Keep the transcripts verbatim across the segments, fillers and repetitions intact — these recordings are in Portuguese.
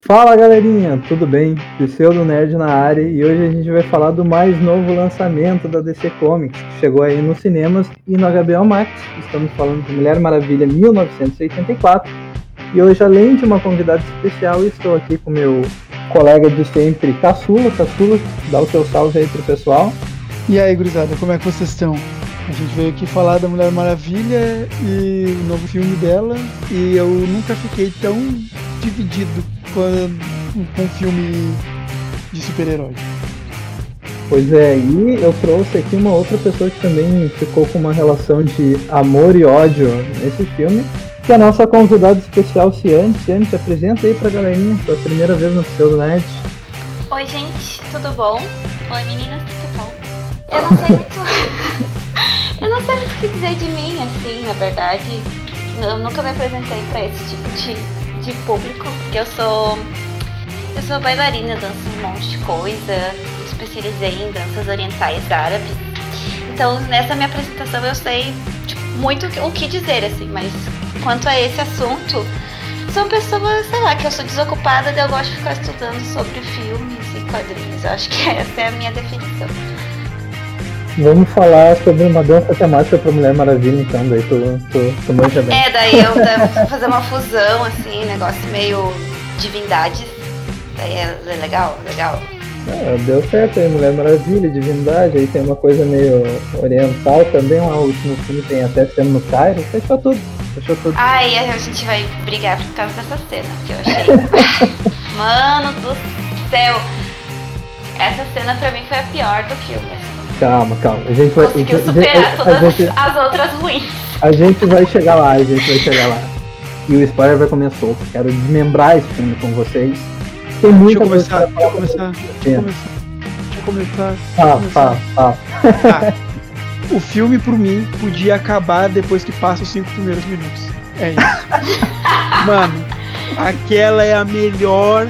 Fala galerinha, tudo bem? Pseudo Nerd na área e hoje a gente vai falar do mais novo lançamento da D C Comics, que chegou aí nos cinemas e no H B O Max. Estamos falando de Mulher Maravilha mil novecentos e oitenta e quatro e hoje, além de uma convidada especial, estou aqui com meu colega de sempre, Caçula. Caçula, dá o seu salve aí pro pessoal. E aí, gurizada, como é que vocês estão? A gente veio aqui falar da Mulher Maravilha e o novo filme dela, e eu nunca fiquei tão dividido com, com um filme de super-herói. Pois é, e eu trouxe aqui uma outra pessoa que também ficou com uma relação de amor e ódio nesse filme, que é a nossa convidada especial, Ciane. Ciane, te apresenta aí pra galerinha, pela primeira vez no Pseudo Nerd. Oi gente, tudo bom? Oi meninas, tudo bom? Eu não sei muito... eu não sei muito o que dizer de mim, assim, na verdade. Eu nunca me apresentei pra esse tipo de, de público, porque eu sou... Eu sou bailarina, danço um monte de coisa, me especializei em danças orientais árabes. Então nessa minha apresentação eu sei tipo, muito o que dizer, assim, mas quanto a esse assunto, são pessoas, sei lá, que eu sou desocupada e eu gosto de ficar estudando sobre filmes e quadrinhos. Eu acho que essa é a minha definição. Vamos falar sobre uma dança temática pra Mulher Maravilha, então, daí tu, tu, tu manja bem. É, daí eu devo fazer uma fusão, assim, negócio meio divindades. Daí é legal, legal. Ah, deu certo aí, Mulher Maravilha, Divindade, aí tem uma coisa meio oriental também, lá o último filme tem até cena no Cairo, fechou tudo, fechou tudo. Ai, a gente vai brigar por causa dessa cena, que eu achei... Mano do céu! Essa cena pra mim foi a pior do filme, assim. Calma, calma, a gente vai... Conseguiu a, superar a, a, todas a gente, as outras ruins. A gente vai chegar lá, a gente vai chegar lá. E o spoiler vai comer solto, quero desmembrar esse filme com vocês. Tem muita Deixa eu começar, coisa deixa eu começar, deixa eu começar, deixa eu começar. Ah, tá, tá. Ah, o filme, por mim, podia acabar depois que passa os cinco primeiros minutos. É isso. Mano, aquela é a melhor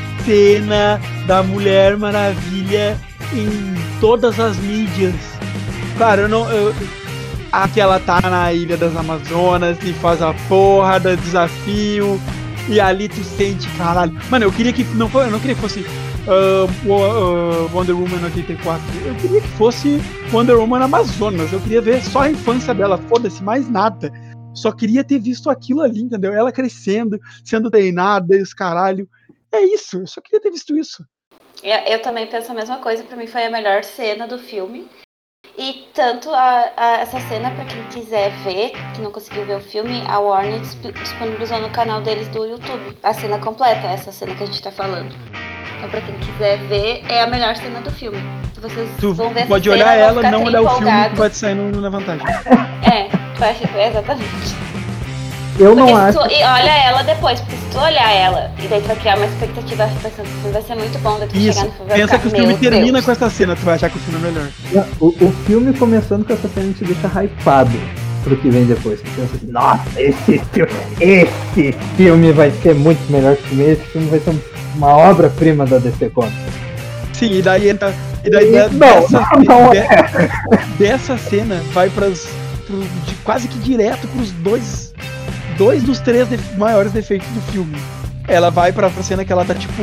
cena da Mulher Maravilha em todas as mídias. Cara, eu não... Eu, aquela tá na Ilha das Amazonas e faz a porra do desafio... E ali tu sente, caralho. Mano, eu queria que não foi, eu não queria que fosse uh, uh, Wonder Woman oitenta e quatro. Eu queria que fosse Wonder Woman Amazonas. Eu queria ver só a infância dela, foda-se, mais nada. Só queria ter visto aquilo ali, entendeu? Ela crescendo, sendo treinada, e os caralho. É isso, eu só queria ter visto isso. Eu, eu também penso a mesma coisa, pra mim foi a melhor cena do filme. E tanto a, a, essa cena, pra quem quiser ver, que não conseguiu ver o filme, a Warner disponibilizou no canal deles do YouTube a cena completa, essa cena que a gente tá falando. Então pra quem quiser ver, é a melhor cena do filme. Vocês tu vão ver pode essa olhar cena, ela, não olhar o filme, que vai te sair na vantagem. É, tu vai, exatamente. Eu porque não acho. Tu, e olha ela depois, porque se tu olhar ela e daí tu vai criar uma expectativa pensando que o filme vai ser muito bom, daí tu Isso, chegar no filme vai pensa ficar, que o filme termina Deus. com essa cena, tu vai achar que o filme é melhor. O, o filme começando com essa cena te deixa hypado pro que vem depois. Tu pensa assim, nossa, esse filme, esse filme vai ser muito melhor que o filme, esse filme vai ser uma obra-prima da D C Comics. Sim, e daí entra. E daí não, dessa, não de, é. dessa cena vai pras, pro, de, quase que direto pros dois. Dois dos três de, maiores defeitos do filme. Ela vai pra, pra cena que ela tá tipo,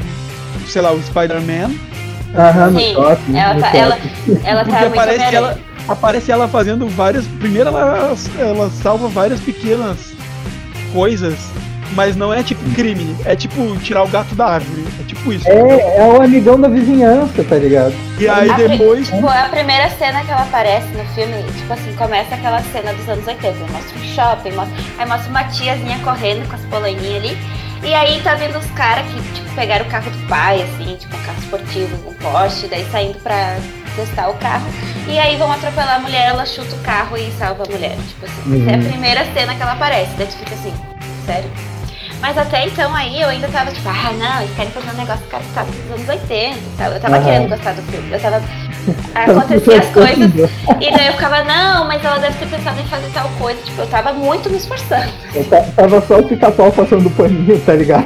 sei lá, o Spider-Man. Aham, no Sim, shopping. ela, no tá, shopping. ela, ela Porque tá muito aparece ela, Homem-Aranha. aparece ela fazendo várias. Primeiro ela, ela salva várias pequenas coisas, mas não é tipo crime, é tipo tirar o gato da árvore. É tipo isso. É, é o amigão da vizinhança, tá ligado? E aí a depois. Pri, tipo, a primeira cena que ela aparece no filme, tipo assim, começa aquela cena dos anos oitenta, mostra um shopping, mostra, aí mostra uma tiazinha correndo com as polaininhas ali, e aí tá vendo os caras que, tipo, pegaram o carro do pai, assim, tipo, um carro esportivo, um Porsche, daí saindo pra testar o carro, e aí vão atropelar a mulher, ela chuta o carro e salva a mulher, tipo assim, Uhum. essa é a primeira cena que ela aparece, daí tu fica assim, sério? Mas até então aí eu ainda tava tipo, ah não, eles querem fazer um negócio que tá dos anos oitenta e tal. Eu tava Uhum. querendo gostar do filme, eu tava... Acontecia as coisas, e daí eu ficava, não, mas ela deve ter pensado em fazer tal coisa, tipo, eu tava muito me esforçando. Eu tava só o pica-pau passando paninho, tá ligado?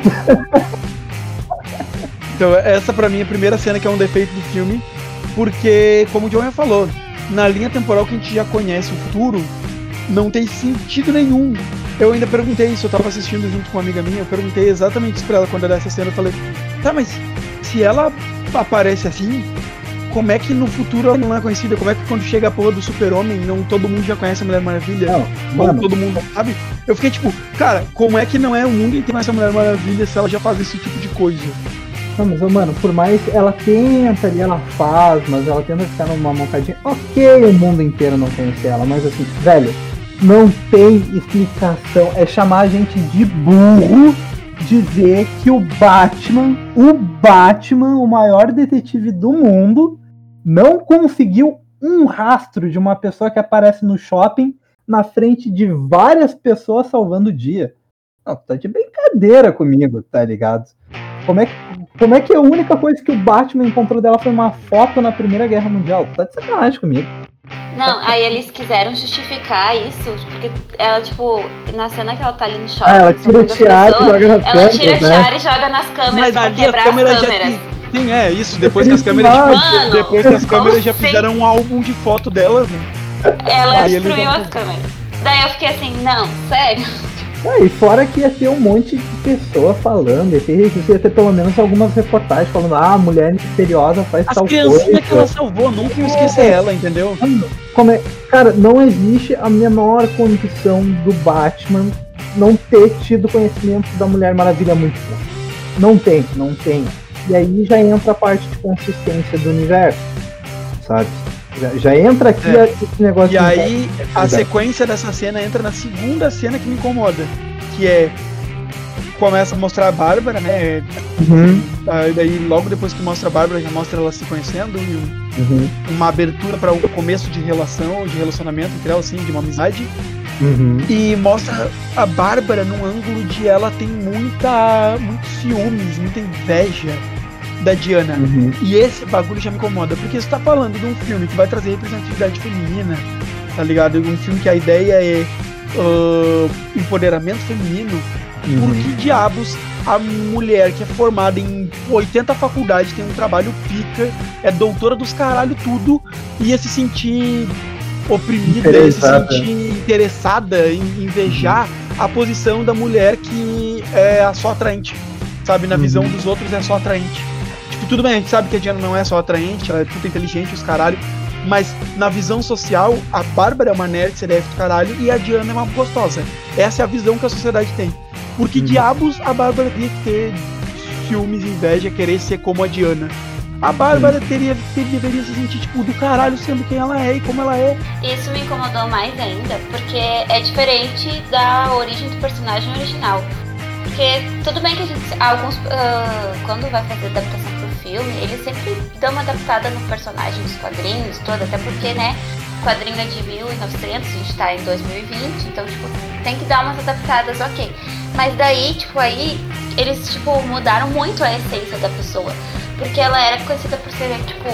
Então essa pra mim é a primeira cena que é um defeito do filme, porque, como o John já falou, na linha temporal que a gente já conhece o futuro, não tem sentido nenhum Eu ainda perguntei isso, eu tava assistindo junto com uma amiga minha, eu perguntei exatamente isso pra ela quando era essa cena, eu falei, tá, mas se ela aparece assim, como é que no futuro ela não é conhecida? Como é que quando chega a porra do Super-Homem, não todo mundo já conhece a Mulher Maravilha? Não, ou mano. todo mundo sabe? Eu fiquei tipo, cara, como é que não é o mundo inteiro essa Mulher Maravilha se ela já faz esse tipo de coisa? Não, mas, mano, por mais ela tenta ali, ela faz, mas ela tenta ficar numa moncadinha. Ok, o mundo inteiro não conhece ela, mas assim, velho, não tem explicação. É chamar a gente de burro dizer que o Batman, o Batman, o maior detetive do mundo, não conseguiu um rastro de uma pessoa que aparece no shopping na frente de várias pessoas salvando o dia. Não, tá de brincadeira comigo, tá ligado? Como é, que, como é que a única coisa que o Batman encontrou dela foi uma foto na Primeira Guerra Mundial? Tá de sacanagem comigo. Não, aí eles quiseram justificar isso, porque ela, tipo, na cena que ela tá ali no shopping, Ah, ela tira o tiara e joga nas ela câmeras, tira a né? tiara e joga nas câmeras Mas pra ali as quebrar as câmeras já câmeras. tem- Sim, é isso, depois que as câmeras, Mano, depois que as como câmeras já assim? fizeram um álbum de foto delas, né? Ela Aí eles destruiu vão- as câmeras. Daí eu fiquei assim, não, sério? Ah, e fora que ia ter um monte de pessoa falando, ia ter, ia ter pelo menos algumas reportagens falando, ah, a mulher misteriosa faz As tal criancinhas coisa. que ela salvou, nunca iam esquecer ela, entendeu? Como é? Cara, não existe a menor condição do Batman não ter tido conhecimento da Mulher Maravilha muito bom. Não tem, não tem. E aí já entra a parte de consistência do universo, sabe? Já, já entra aqui É. esse negócio E de aí, a universo. sequência dessa cena entra na segunda cena que me incomoda, que é começa a mostrar a Bárbara, né? Uhum, Aí daí logo depois que mostra a Bárbara, já mostra ela se conhecendo e um- uhum, uma abertura para o começo de relação, de relacionamento entre elas, assim, de uma amizade. uhum. E mostra a Bárbara num ângulo de ela tem muita, muitos ciúmes, muita inveja da Diana. Uhum. E esse bagulho já me incomoda, porque você tá falando de um filme que vai trazer representatividade feminina, tá ligado? Um filme que a ideia é uh, empoderamento feminino. Uhum. Por que diabos a mulher que é formada em oitenta faculdades, tem um trabalho pica, é doutora dos caralho tudo, ia se sentir oprimida, ia se Interessada. sentir interessada em invejar a posição da mulher que é só atraente, sabe? Na Uhum. visão dos outros é só atraente. Tipo, tudo bem, a gente sabe que a Diana não é só atraente, ela é puta inteligente, os caralho, mas na visão social, a Bárbara é uma nerd, C D F do caralho, e a Diana é uma gostosa. Essa é a visão que a sociedade tem. Por que Uhum. diabos a Bárbara teria que ter ciúmes, inveja, querer ser como a Diana? A Bárbara teria, teria, deveria se sentir, tipo, do caralho sendo quem ela é e como ela é. Isso me incomodou mais ainda, porque é diferente da origem do personagem original. Porque tudo bem que a gente, alguns, ah, quando vai fazer adaptação pro filme, eles sempre dão uma adaptada no personagem dos quadrinhos, todo, até porque, né, o quadrinho é de mil e novecentos, a gente tá em dois mil e vinte, então, tipo, tem que dar umas adaptadas, ok. Mas daí, tipo, aí, eles, tipo, mudaram muito a essência da pessoa. Porque ela era conhecida por ser, tipo,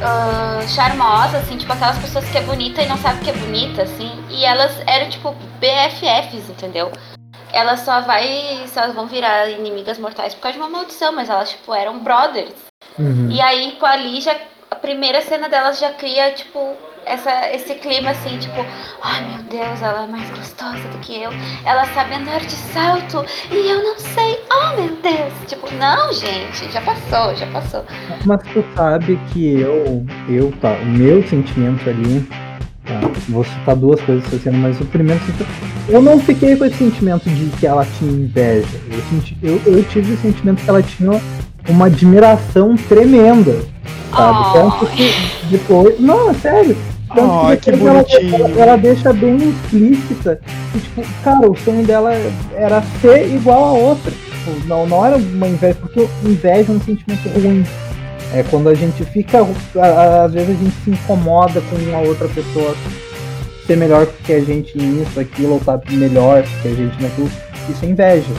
ah, charmosa, assim, tipo, aquelas pessoas que é bonita e não sabe que é bonita, assim. E elas eram, tipo, B F Fs, entendeu? Elas só vai, só vão virar inimigas mortais por causa de uma maldição, mas elas, tipo, eram brothers. Uhum. E aí, tipo, ali já, a primeira cena delas já cria, tipo, essa, esse clima assim, tipo, ai meu Deus, ela é mais gostosa do que eu, ela sabe andar de salto e eu não sei, oh meu Deus, tipo, não, gente, já passou, já passou. Mas tu sabe que eu, eu tá, o meu sentimento ali, tá, vou citar duas coisas essa cena, mas o primeiro sentimento, eu não fiquei com esse sentimento de que ela tinha inveja, eu, senti, eu, eu tive o sentimento que ela tinha uma admiração tremenda, sabe? Oh. Tanto que depois, não, é sério, tanto Oh, que que depois ela, bonitinho. ela, ela deixa bem explícita que, tipo, cara, o sonho dela era ser igual a outra, tipo, não, não era uma inveja, porque inveja é um sentimento ruim. É quando a gente fica, às vezes a gente se incomoda com a outra pessoa ser melhor que a gente nisso, aquilo, ou tá melhor que a gente naquilo, isso é inveja.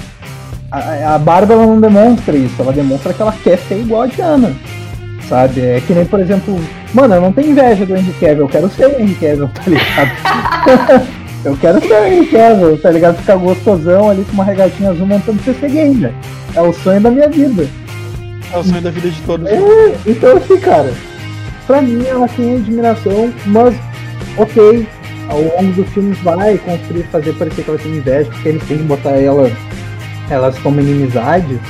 A, a Bárbara não demonstra isso, ela demonstra que ela quer ser igual a Diana, sabe? É que nem, por exemplo, mano, eu não tenho inveja do Henry Cavill, eu quero ser o Henry Cavill, tá ligado? Eu quero ser o Henry Cavill, tá ligado? Ficar gostosão ali com uma regatinha azul montando P C Gamer. É o sonho da minha vida. É o sonho da vida de todos. É, então assim, cara, pra mim ela tem admiração, mas ok, ao longo do filme vai construir, fazer parecer que ela tem inveja, porque eles têm que botar ela, elas como inimizades,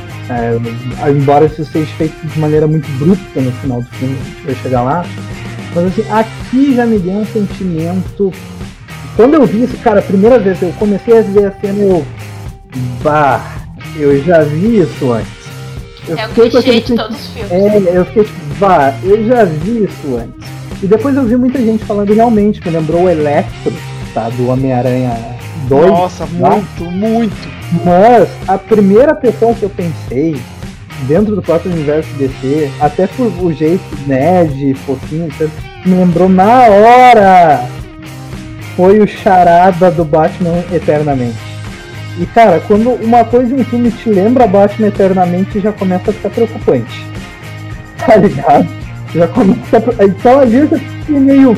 é, embora isso seja feito de maneira muito bruta no final do filme, a gente vai chegar lá. Mas assim, aqui já me deu um sentimento. Quando eu vi isso, cara, a primeira vez eu comecei a ver a cena, eu. Bah, eu já vi isso antes. Eu é o clichê de todos os filmes. É, eu fiquei tipo, bah, eu já vi isso antes. E depois eu vi muita gente falando realmente, que lembrou o Electro, tá? Do Homem-Aranha dois. Nossa, tá? muito, muito. Mas a primeira pessoa que eu pensei, dentro do próprio universo D C, até por o jeito nerd, fofinho, me lembrou na hora, foi o Charada do Batman Eternamente. E cara, quando uma coisa em um filme te lembra Batman Eternamente, já começa a ficar preocupante. Tá ligado? Já começa a... Então ali eu já fiquei meio...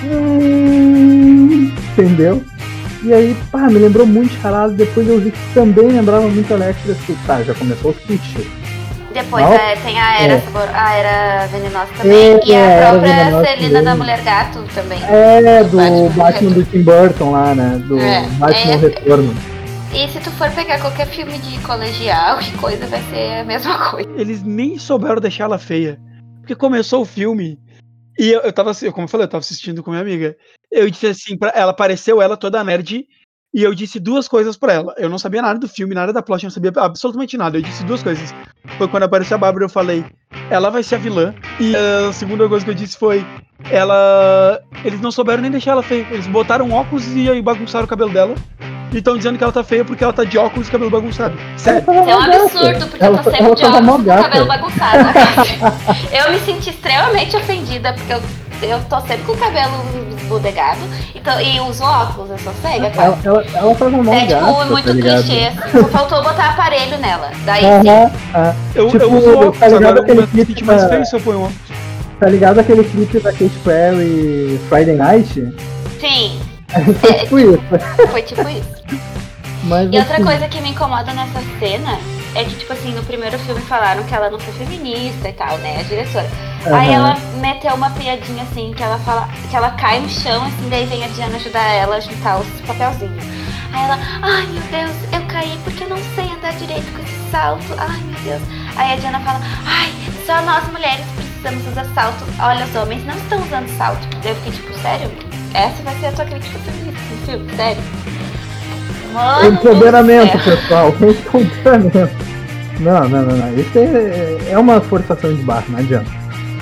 Hum... Entendeu? E aí, pá, me lembrou muito Charada. Depois eu vi que também lembrava muito Electra. Tá, já começou os clichês. Depois é, tem a era, é. sabor, a era venenosa também. É, e a própria Celina da Mulher Gato também. É, do, do Batman do Tim Burton lá, né? Do é, Batman é, Retorno. E se tu for pegar qualquer filme de colegial, que coisa, vai ser a mesma coisa. Eles nem souberam deixar ela feia. Porque começou o filme e eu, eu tava, como eu falei, eu tava assistindo com minha amiga. Eu disse assim, pra ela, apareceu ela toda nerd, e eu disse duas coisas pra ela. Eu não sabia nada do filme, nada da plot, eu não sabia absolutamente nada. Eu disse duas coisas. Foi quando apareceu a Bárbara, eu falei, ela vai ser a vilã. E a segunda coisa que eu disse foi, ela... Eles não souberam nem deixar ela feia. Eles botaram óculos e aí bagunçaram o cabelo dela. E estão dizendo que ela tá feia porque ela tá de óculos e cabelo bagunçado. Sério. É um absurdo, porque ela, eu tô sempre de óculos com cabelo bagunçado. Eu me senti extremamente ofendida, porque eu, eu tô sempre com o cabelo esbudegado então, e uso óculos, eu sou cega, cara. Ela, ela, ela faz uma É tipo gata, muito tá clichê, assim, só faltou botar aparelho nela. Daí uh-huh, sim. Uh, eu, tipo, eu uso óculos, tá ligado aquele clipe clipe mais da... feio se eu ponho óculos. Tá ligado aquele clipe da Katy Perry, Friday Night? Sim. Foi é, tipo isso. Foi tipo isso. Mas, e assim, outra coisa que me incomoda nessa cena é que, tipo assim, no primeiro filme falaram que ela não foi feminista e tal, né, a diretora. Uhum. Aí ela meteu uma piadinha assim, que ela fala, que ela cai no chão, assim, daí vem a Diana ajudar ela a juntar os papelzinhos. Aí ela, ai meu Deus, eu caí porque eu não sei andar direito com esse salto, ai meu Deus. Aí a Diana fala, ai, só nós mulheres precisamos usar salto, olha, os homens não estão usando salto. Daí eu fiquei tipo, sério? Essa vai ser a tua crítica feminista no filme, sério? Mano, empoderamento, pessoal, empoderamento. Não, não, não, não. Isso é, é uma forçação de barra, não adianta.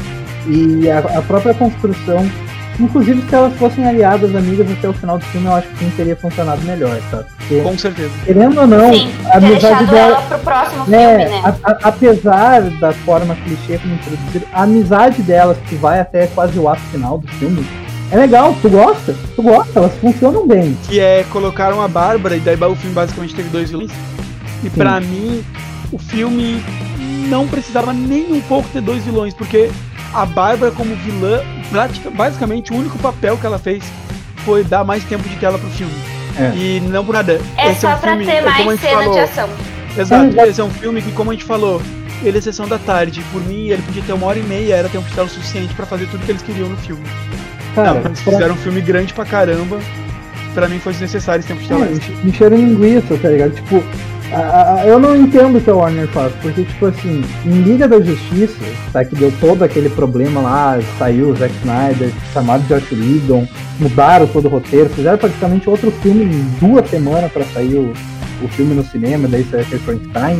E a, a própria construção, inclusive se elas fossem aliadas, amigas até o final do filme, eu acho que sim teria funcionado melhor, tá? Porque, com certeza. Querendo ou não, sim, a amizade dela. Ela pro próximo né, filme, né? A, a, apesar da forma clichê como introduziram, a amizade delas, que vai até quase o ato final do filme. É legal, tu gosta, tu gosta, elas funcionam bem. Que é, colocaram a Bárbara, e daí o filme basicamente teve dois vilões. E Sim. pra mim, o filme não precisava nem um pouco ter dois vilões, porque a Bárbara como vilã, pratica, basicamente o único papel que ela fez foi dar mais tempo de tela pro filme. É. E não por nada. É esse só é um pra filme, ter mais é cena falou, de ação. Exato, esse é um filme que, como a gente falou, ele é sessão da tarde. Por mim, ele podia ter uma hora e meia, era tempo de tela suficiente pra fazer tudo que eles queriam no filme. Cara, não, eles fizeram um filme grande pra caramba. Pra mim foi desnecessário esse tempo de tela. É, encheram linguiça, tá ligado? Tipo, a, a, eu não entendo o que a Warner faz, porque, tipo assim, em Liga da Justiça, tá, que deu todo aquele problema lá, saiu o Zack Snyder, chamaram de Josh Whedon, mudaram todo o roteiro, fizeram praticamente outro filme em duas semanas pra sair o, o filme no cinema, daí saiu aquele Frankenstein,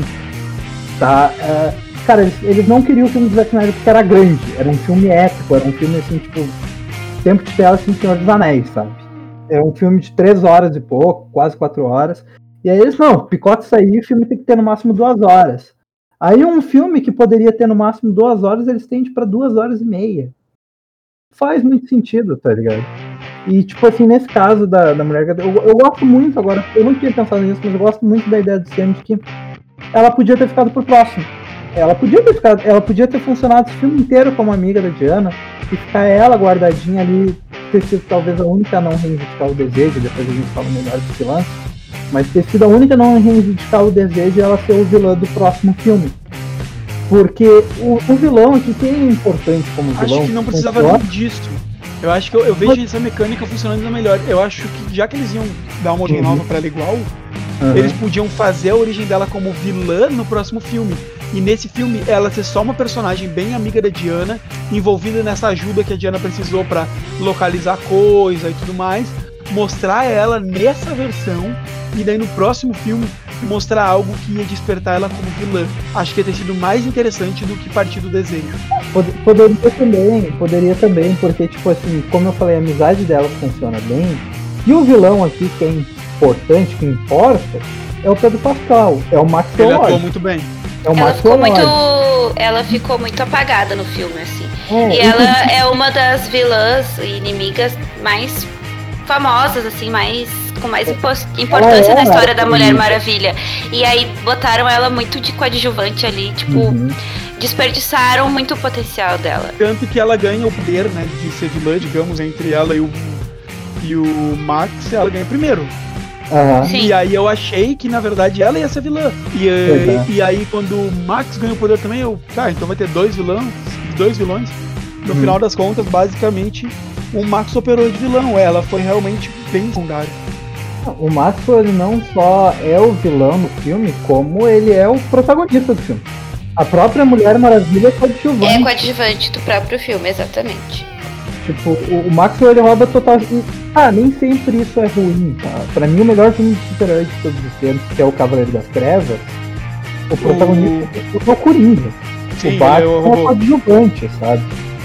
tá? Uh, cara, eles, eles não queriam o filme do Zack Snyder porque era grande, era um filme épico, era um filme assim, tipo, tempo de tela assim, Senhor dos Anéis, sabe? É um filme de três horas e pouco, quase quatro horas. E aí eles, não, picote sair, o filme tem que ter no máximo duas horas. Aí um filme que poderia ter no máximo duas horas, eles tendem para duas horas e meia. Faz muito sentido, tá ligado? E tipo assim, nesse caso da, da Mulher Gato, eu, eu gosto muito agora, eu não tinha pensado nisso, mas eu gosto muito da ideia do Sam de que ela podia ter ficado pro próximo. Ela podia ter ficado, ela podia ter funcionado esse filme inteiro como amiga da Diana e ficar ela guardadinha ali, ter sido talvez a única a não reivindicar o desejo, depois a gente fala melhor desse lance, mas ter sido a única a não reivindicar o desejo e ela ser o vilão do próximo filme. Porque o, o vilão aqui, quem é importante como vilão... Acho que não precisava nem disso. Eu acho que eu, eu vejo essa mecânica funcionando ainda melhor. Eu acho que já que eles iam dar uma origem Uhum. nova pra ela igual, Uhum. eles podiam fazer a origem dela como vilã no próximo filme. E nesse filme ela ser só uma personagem bem amiga da Diana, envolvida nessa ajuda que a Diana precisou pra localizar coisa e tudo mais. Mostrar ela nessa versão e daí no próximo filme mostrar algo que ia despertar ela como vilã. Acho que ia ter sido mais interessante do que partir do desenho. Pod- Poderia também, poderia também, porque, tipo assim, como eu falei, a amizade dela funciona bem. E o vilão aqui, que é importante, que importa, é o Pedro Pascal, é o Max Ele atuou Lord. muito bem. É o Ela Max ficou muito. Lord. Ela ficou muito apagada no filme, assim. É, E e- ela é uma das vilãs e inimigas mais famosas, assim, mais. Com mais impo- importância é, na história da sim. Mulher Maravilha. E aí botaram ela muito de coadjuvante ali, tipo, Uhum. desperdiçaram muito o potencial dela. Tanto que ela ganha o poder, né, de ser vilã, digamos, entre ela e o, e o Max, ela ganha primeiro. Aham. Sim. E aí eu achei que, na verdade, ela ia ser vilã. E, eh, Uhum. e aí, quando o Max ganha o poder também, eu... Tá, então vai ter dois vilões, dois vilões. No Uhum. final das contas, basicamente, o Max operou de vilão. Ela foi realmente bem secundária. O Max, ele não só é o vilão no filme, como ele é o protagonista do filme. A própria Mulher Maravilha é É coadjuvante. coadjuvante do próprio filme, exatamente. Tipo, o, o Max, ele rouba total... E, ah, nem sempre isso é ruim, tá? Pra mim, o melhor filme de super-herói de todos os tempos, que é o Cavaleiro das Trevas, o protagonista é o Coringa. Sim, o ele Batman é o é robô. um coadjuvante, sabe?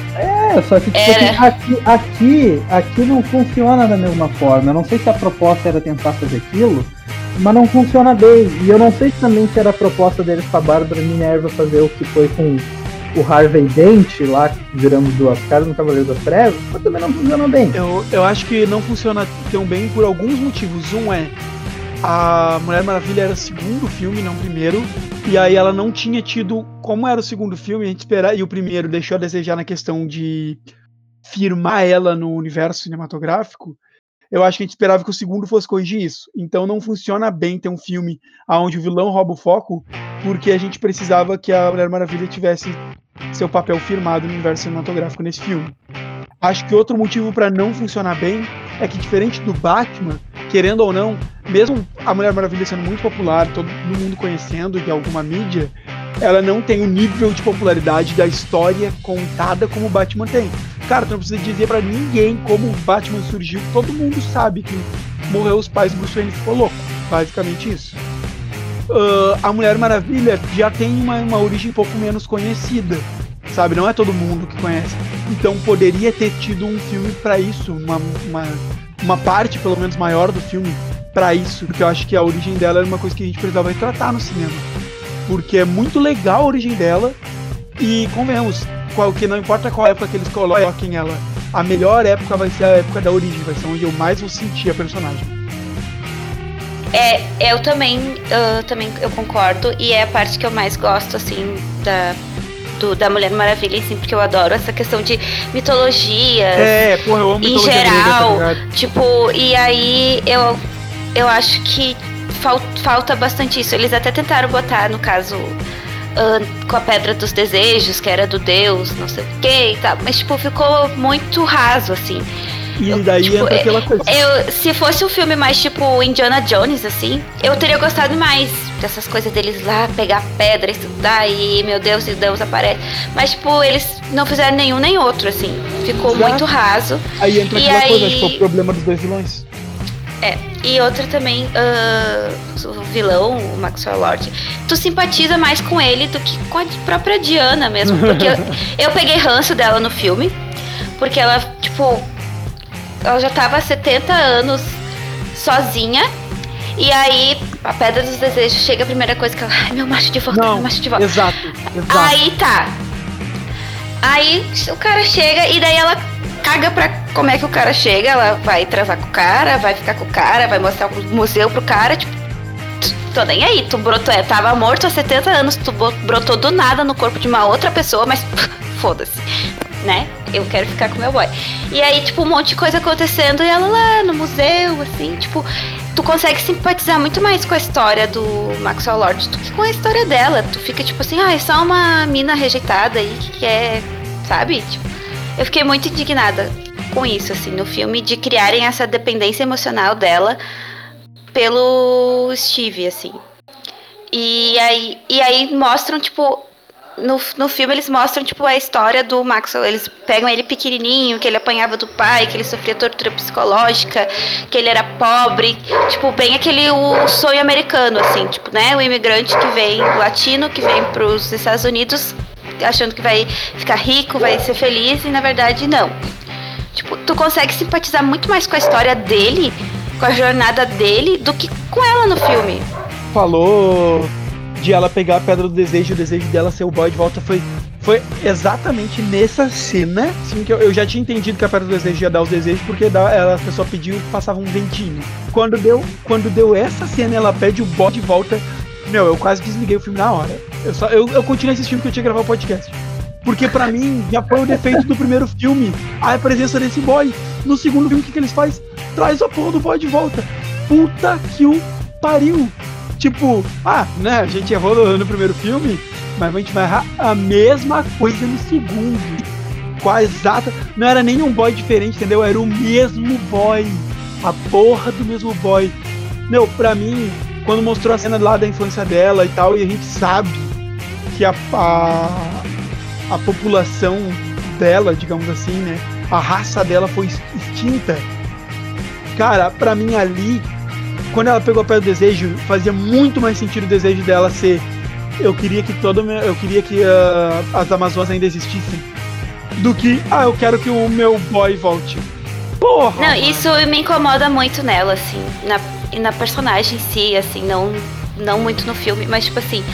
É, só que tipo, Era. assim, aqui, aqui, aqui não funciona da mesma forma. Eu não sei se a proposta era tentar fazer aquilo, mas não funciona bem. E eu não sei também se era a proposta deles com a Bárbara Minerva fazer o que foi com o Harvey Dent lá, virando duas caras no Cavaleiro das Trevas, mas também não funcionou bem. Eu, eu acho que não funciona tão bem por alguns motivos. Um é, a Mulher Maravilha era o segundo filme, não o primeiro. E aí ela não tinha tido, como era o segundo filme, a gente esperava, e o primeiro deixou a desejar na questão de firmar ela no universo cinematográfico. Eu acho que a gente esperava que o segundo fosse corrigir isso. Então não funciona bem ter um filme onde o vilão rouba o foco, porque a gente precisava que a Mulher Maravilha tivesse seu papel firmado no universo cinematográfico nesse filme. Acho que outro motivo para não funcionar bem é que, diferente do Batman, querendo ou não, mesmo a Mulher Maravilha sendo muito popular, todo mundo conhecendo de alguma mídia, ela não tem o nível de popularidade da história contada como o Batman tem. Cara, tu não precisa dizer pra ninguém como o Batman surgiu, todo mundo sabe que morreu os pais do Bruce Wayne e ficou louco. Basicamente isso. Uh, a Mulher Maravilha já tem uma, uma origem um pouco menos conhecida, sabe? Não é todo mundo que conhece. Então poderia ter tido um filme pra isso, uma, uma, uma parte pelo menos maior do filme pra isso, porque eu acho que a origem dela era uma coisa que a gente precisava retratar no cinema. Porque é muito legal a origem dela e, convenhamos, qual, que não importa qual época que eles coloquem ela, a melhor época vai ser a época da origem, vai ser onde eu mais vou sentir a personagem. É, eu também, eu também eu concordo, e é a parte que eu mais gosto, assim, da, do, da Mulher Maravilha, assim, porque eu adoro essa questão de mitologias, É, porra, eu amo em mitologia geral, grega, tá ligado? tipo, e aí eu, eu acho que fal, falta bastante isso. Eles até tentaram botar, no caso, uh, com a Pedra dos Desejos, que era do Deus, não sei o que e tal, mas, tipo, ficou muito raso, assim. E Eu, daí tipo, entra aquela coisa. Eu, se fosse um filme mais tipo Indiana Jones, assim, eu teria gostado mais dessas coisas deles lá, pegar pedra, estudar e, meu Deus, e Deus aparece. Mas, tipo, eles não fizeram nenhum nem outro, assim. Ficou Exato. muito raso. Aí entra e aquela aí- coisa, acho que é o problema dos dois vilões. É, e outra também, ah, o vilão, o Maxwell Lord, tu simpatiza mais com ele do que com a própria Diana mesmo. Porque eu, eu peguei ranço dela no filme, porque ela, tipo, ela já tava há setenta anos sozinha, e aí a Pedra dos Desejos chega, a primeira coisa que ela, ai, meu macho de volta, Não, meu macho de volta. exato, exato. Aí tá. Aí o cara chega e daí ela caga pra como é que o cara chega. Ela vai transar com o cara, vai ficar com o cara, vai mostrar o museu pro cara. Tipo, t- tô nem aí. Tu brotou, é, tava morto há setenta anos, tu bo- brotou do nada no corpo de uma outra pessoa, mas foda-se, né? Eu quero ficar com meu boy. E aí, tipo, um monte de coisa acontecendo e ela lá no museu, assim, tipo, tu consegue simpatizar muito mais com a história do Maxwell Lord do que com a história dela. Tu fica tipo assim, ah, é só uma mina rejeitada aí que quer, sabe? Tipo, eu fiquei muito indignada com isso, assim, no filme, de criarem essa dependência emocional dela pelo Steve, assim. E aí, e aí mostram, tipo... No, no filme eles mostram, tipo, a história do Maxwell. Eles pegam ele pequenininho, que ele apanhava do pai, que ele sofria tortura psicológica, que ele era pobre. Tipo, bem aquele o sonho americano, assim, tipo, né? O imigrante que vem, o latino, que vem pros Estados Unidos achando que vai ficar rico, vai ser feliz, e na verdade não. Tipo, tu consegue simpatizar muito mais com a história dele, com a jornada dele, do que com ela no filme. Falou... de ela pegar a pedra do desejo, o desejo dela ser o boy de volta, foi, foi exatamente nessa cena, assim, que eu, eu já tinha entendido que a pedra do desejo ia dar os desejos, porque dá, ela, a pessoa pediu e passava um ventinho. Quando deu, quando deu essa cena, ela pede o boy de volta, meu, eu quase desliguei o filme na hora. Eu, só, eu, eu continuei assistindo porque eu tinha que gravar o podcast. Porque pra mim, já foi o defeito do primeiro filme, a presença desse boy. No segundo filme, o que, que eles fazem? Traz a porra do boy de volta. Puta que o pariu. Tipo, ah, né, a gente errou no, no primeiro filme, mas a gente vai errar a mesma coisa no segundo. Com a exata... Não era nem um boy diferente, entendeu? Era o mesmo boy. A porra do mesmo boy. Meu, pra mim, quando mostrou a cena lá da infância dela e tal, e a gente sabe que a, a, a população dela, digamos assim, né, a raça dela foi extinta. Cara, pra mim ali... Quando ela pegou a pedra do desejo, fazia muito mais sentido o desejo dela ser eu queria que todo meu, eu queria que uh, as Amazonas ainda existissem, do que ah, eu quero que o meu boy volte. Porra! Não, mano. Isso me incomoda muito nela, assim, na, na personagem em si, assim, não, não muito no filme, mas tipo assim,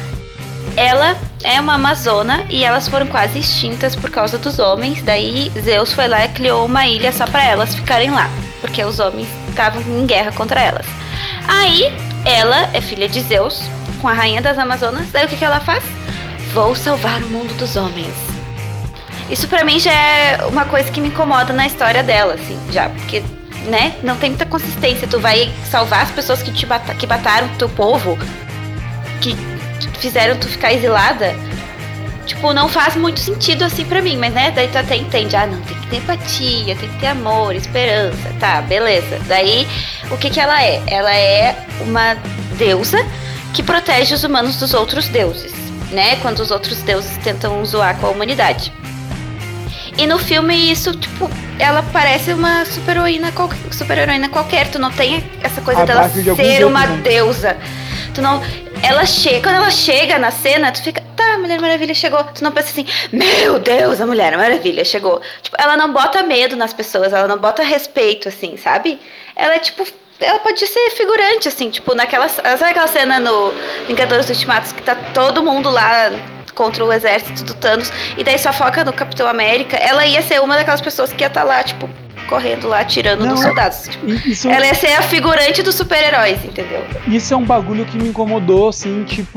ela é uma amazona e elas foram quase extintas por causa dos homens, daí Zeus foi lá e criou uma ilha só pra elas ficarem lá, porque os homens estavam em guerra contra elas. Aí, ela é filha de Zeus, com a rainha das Amazonas. Daí o que, que ela faz? Vou salvar o mundo dos homens. Isso pra mim já é uma coisa que me incomoda na história dela, assim, já. Porque, né, não tem muita consistência. Tu vai salvar as pessoas que te bata- que mataram teu povo, que fizeram tu ficar exilada. Tipo, não faz muito sentido assim pra mim, mas né, daí tu até entende, ah, não, tem que ter empatia, tem que ter amor, esperança, tá, beleza. Daí, o que que ela é? Ela é uma deusa que protege os humanos dos outros deuses, né, quando os outros deuses tentam zoar com a humanidade. E no filme isso, tipo, ela parece uma super-heroína, qual, super-heroína qualquer, tu não tem essa coisa dela ser uma deusa. Tu não... Ela chega, quando ela chega na cena, tu fica, tá, a Mulher Maravilha chegou. Tu não pensa assim, meu Deus, a Mulher Maravilha chegou. Tipo, ela não bota medo nas pessoas, ela não bota respeito, assim, sabe? Ela é tipo, ela pode ser figurante, assim, tipo, naquela... Sabe aquela cena no Vingadores Ultimatos que tá todo mundo lá contra o exército do Thanos, e daí só foca no Capitão América? Ela ia ser uma daquelas pessoas que ia estar lá, tipo, correndo lá, atirando não, nos soldados. Tipo, isso... Ela ia ser a figurante dos super-heróis, entendeu? Isso é um bagulho que me incomodou, assim, tipo...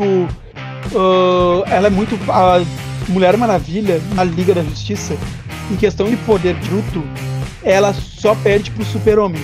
Uh, ela é muito... A Mulher Maravilha, na Liga da Justiça, em questão de poder bruto, ela só perde pro Super-Homem.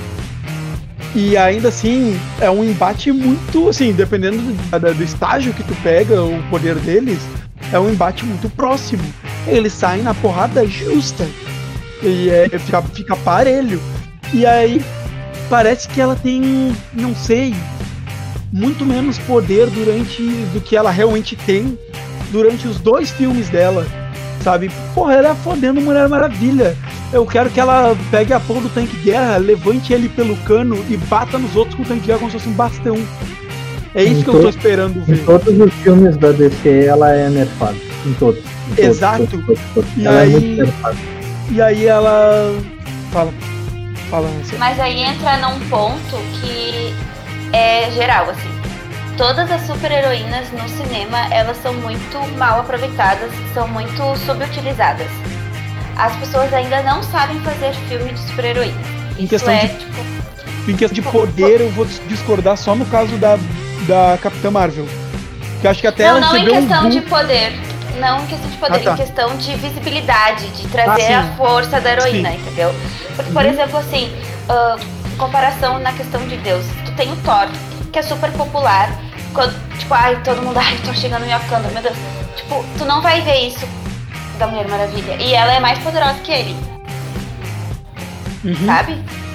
E ainda assim, é um embate muito, assim, dependendo do, do estágio que tu pega, o poder deles, é um embate muito próximo. Eles saem na porrada justa. E é, fica, fica parelho. E aí parece que ela tem, não sei, muito menos poder durante do que ela realmente tem durante os dois filmes dela, sabe? Porra, ela é fodendo Mulher Maravilha. Eu quero que ela pegue a porra do tanque de guerra, levante ele pelo cano e bata nos outros com o tanque de guerra como se fosse um bastão. É isso em que to- eu tô esperando ver. Em todos os filmes da D C ela é nerfada. Em todos. Em todos Exato. Todos, todos, todos. E ela aí... é muito nerfada. E aí ela fala, fala assim. Mas aí entra num ponto que é geral, assim. Todas as super-heroínas no cinema, elas são muito mal aproveitadas, são muito subutilizadas. As pessoas ainda não sabem fazer filme de super-heroína. Em Isso questão é, de, tipo... Em questão de poder, eu vou discordar só no caso da, da Capitã Marvel. Que eu acho que até não, ela não em recebeu questão um... de poder. Não em questão de poder, ah, tá. em questão de visibilidade, de trazer ah, a força da heroína, sim. entendeu? Porque, por uhum. exemplo, assim, uh, comparação na questão de Deus, tu tem o Thor, que é super popular, quando, tipo, ai, todo mundo, ai, tô chegando me Wakanda, meu Deus. Tipo, tu não vai ver isso da Mulher Maravilha, e ela é mais poderosa que ele. Uhum. sabe?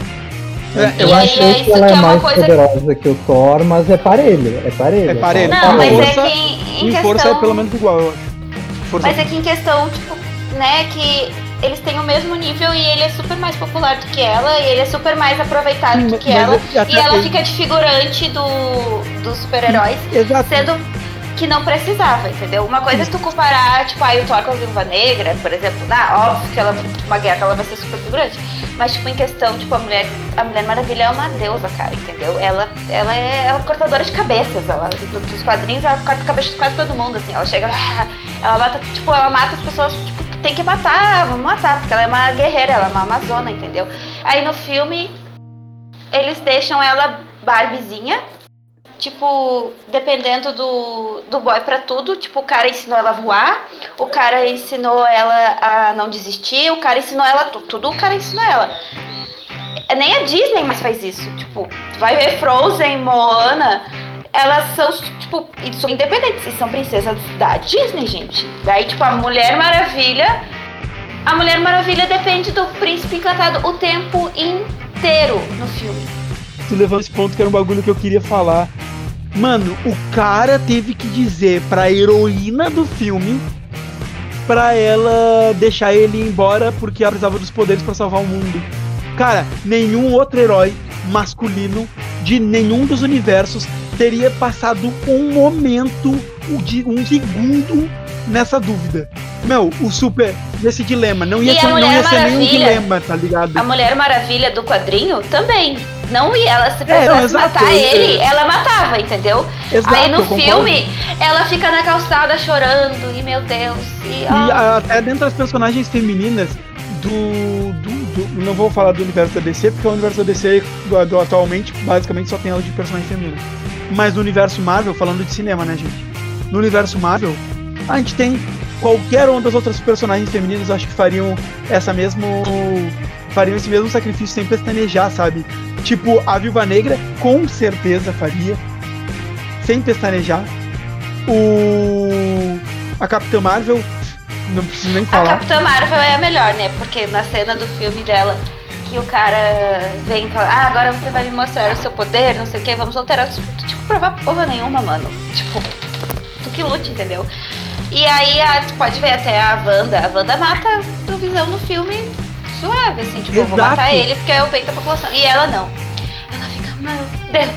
É, Eu E acho aí é que isso ela que é é uma mais coisa- poderosa que o Thor, mas é parelho, é parelho. É parelho. só- Não, mas força- é que em, em Em força é questão. pelo menos igual, eu acho. Força Mas é que em questão, tipo, né, que eles têm o mesmo nível e ele é super mais popular do que ela, e ele é super mais aproveitado Sim, do que mas ela, é- até e ela ele- fica de figurante do, dos super-heróis, Exato. sendo que não precisava, entendeu? Uma coisa é tu comparar, tipo, aí o Thor com a Viúva Negra, por exemplo, ah, óbvio que ela, uma guerra ela vai ser super figurante, mas, tipo, em questão, tipo, a Mulher, a Mulher Maravilha é uma deusa, cara, entendeu? Ela, ela é ela é cortadora de cabeças, ela, dos quadrinhos, ela corta a cabeça de quase todo mundo, assim, ela chega, ela mata, tipo, ela mata as pessoas, tipo, que tem que matar, vamos matar, porque ela é uma guerreira, ela é uma amazona, entendeu? Aí no filme, eles deixam ela Barbiezinha, tipo, dependendo do, do boy pra tudo, tipo, o cara ensinou ela a voar, o cara ensinou ela a não desistir, o cara ensinou ela tudo, tudo o cara ensinou ela. Nem a Disney mais faz isso, tipo, tu vai ver Frozen, Moana, elas são, tipo, são independentes, e são princesas da Disney, gente. Daí, tipo, a Mulher Maravilha, a Mulher Maravilha depende do príncipe encantado o tempo inteiro no filme. Tu levou esse ponto que era um bagulho que eu queria falar. Mano, o cara teve que dizer pra heroína do filme pra ela deixar ele ir embora porque ela precisava dos poderes pra salvar o mundo. Cara, nenhum outro herói masculino de nenhum dos universos teria passado um momento, de um segundo nessa dúvida. Meu, o super, nesse dilema, não ia E a ser, não Mulher ia ser nenhum Maravilha? dilema, tá ligado? A Mulher Maravilha do quadrinho também. Não ia, ela se É, precisasse não, exato, matar eu- ele, ela matava, entendeu? Exato, Aí no eu concordo. filme, ela fica na calçada chorando, e meu Deus, e, E ó, a- até dentro das personagens femininas do, do, do- Não vou falar do universo da D C, porque o universo da D C do, do- atualmente basicamente só tem ela de personagem feminina. Mas no universo Marvel, falando de cinema, né, gente? No universo Marvel, a gente tem qualquer uma das outras personagens femininas, acho que fariam essa mesmo. Fariam esse mesmo sacrifício sem pestanejar, sabe? Tipo, a Viúva Negra com certeza faria, sem pestanejar. O. A Capitã Marvel, não preciso nem a falar. Capitã Marvel é a melhor, né? Porque na cena do filme dela, que o cara vem e fala, ah, agora você vai me mostrar o seu poder, não sei o que, vamos alterar. Tipo, provar porra nenhuma, mano. Tipo, tu que lute, entendeu? E aí, a, tu pode ver até a Wanda. A Wanda mata do Visão no filme suave, assim, tipo, eu vou Exato. matar ele porque é o bem da população. E ela não. Ela fica, meu Deus.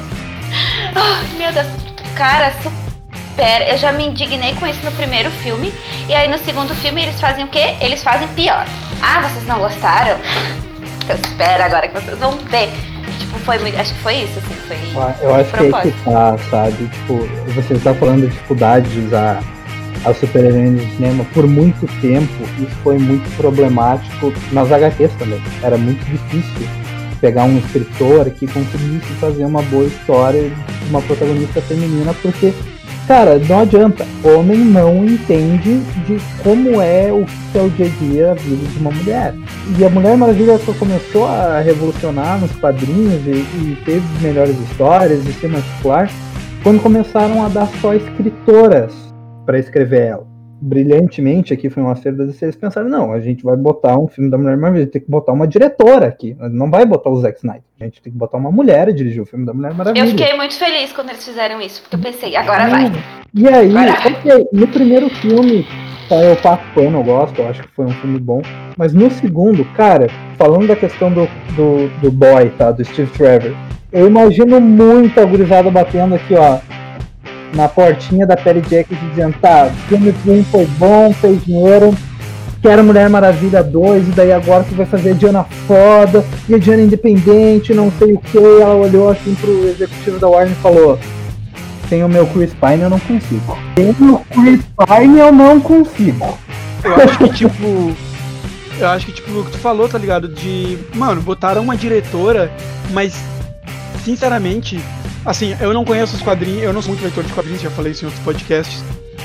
Oh, meu Deus. Cara, super. Eu já me indignei com isso no primeiro filme. E aí no segundo filme eles fazem o quê? Eles fazem pior. Ah, vocês não gostaram? Eu espero agora que vocês vão ver. Tipo, foi muito. Acho que foi isso, assim. Foi. Eu acho que é aí que propósito. tá, sabe? Tipo, você está falando da dificuldade de usar a super-heroína no cinema. Por muito tempo, isso foi muito problemático nas H Qs também. Era muito difícil pegar um escritor que conseguisse fazer uma boa história de uma protagonista feminina, porque, cara, não adianta. Homem não entende de como é o que é o dia a dia a vida de uma mulher. E a Mulher Maravilha só começou a revolucionar nos quadrinhos e, e teve melhores histórias e ser mais popular quando começaram a dar só escritoras para escrever ela. Brilhantemente, aqui foi um acerto da D C, eles pensaram, não, a gente vai botar um filme da Mulher Maravilha, tem que botar uma diretora aqui, não vai botar o Zack Snyder, a gente tem que botar uma mulher a dirigir o filme da Mulher Maravilha. Eu fiquei muito feliz quando eles fizeram isso, porque eu pensei, agora vai. E aí, Agora vai. ok, no primeiro filme, tá, eu passo pano, eu gosto, eu acho que foi um filme bom, mas no segundo, cara, falando da questão do, do, do boy, tá, do Steve Trevor, eu imagino muita gurizada batendo aqui, ó, na portinha da Perry Jackson dizendo, tá, o filme um foi bom, fez dinheiro, quero Mulher Maravilha dois, e daí agora que vai fazer a Diana foda, e a Diana independente, não sei o que, ela olhou assim pro executivo da Warner e falou, sem o meu Chris Pine eu não consigo. Sem o Chris Pine eu não consigo. Eu acho que, tipo. Eu acho que, tipo, o que tu falou, tá ligado? De. Mano, botaram uma diretora, mas. Sinceramente, assim, eu não conheço os quadrinhos, eu não sou muito leitor de quadrinhos, já falei isso em outros podcasts.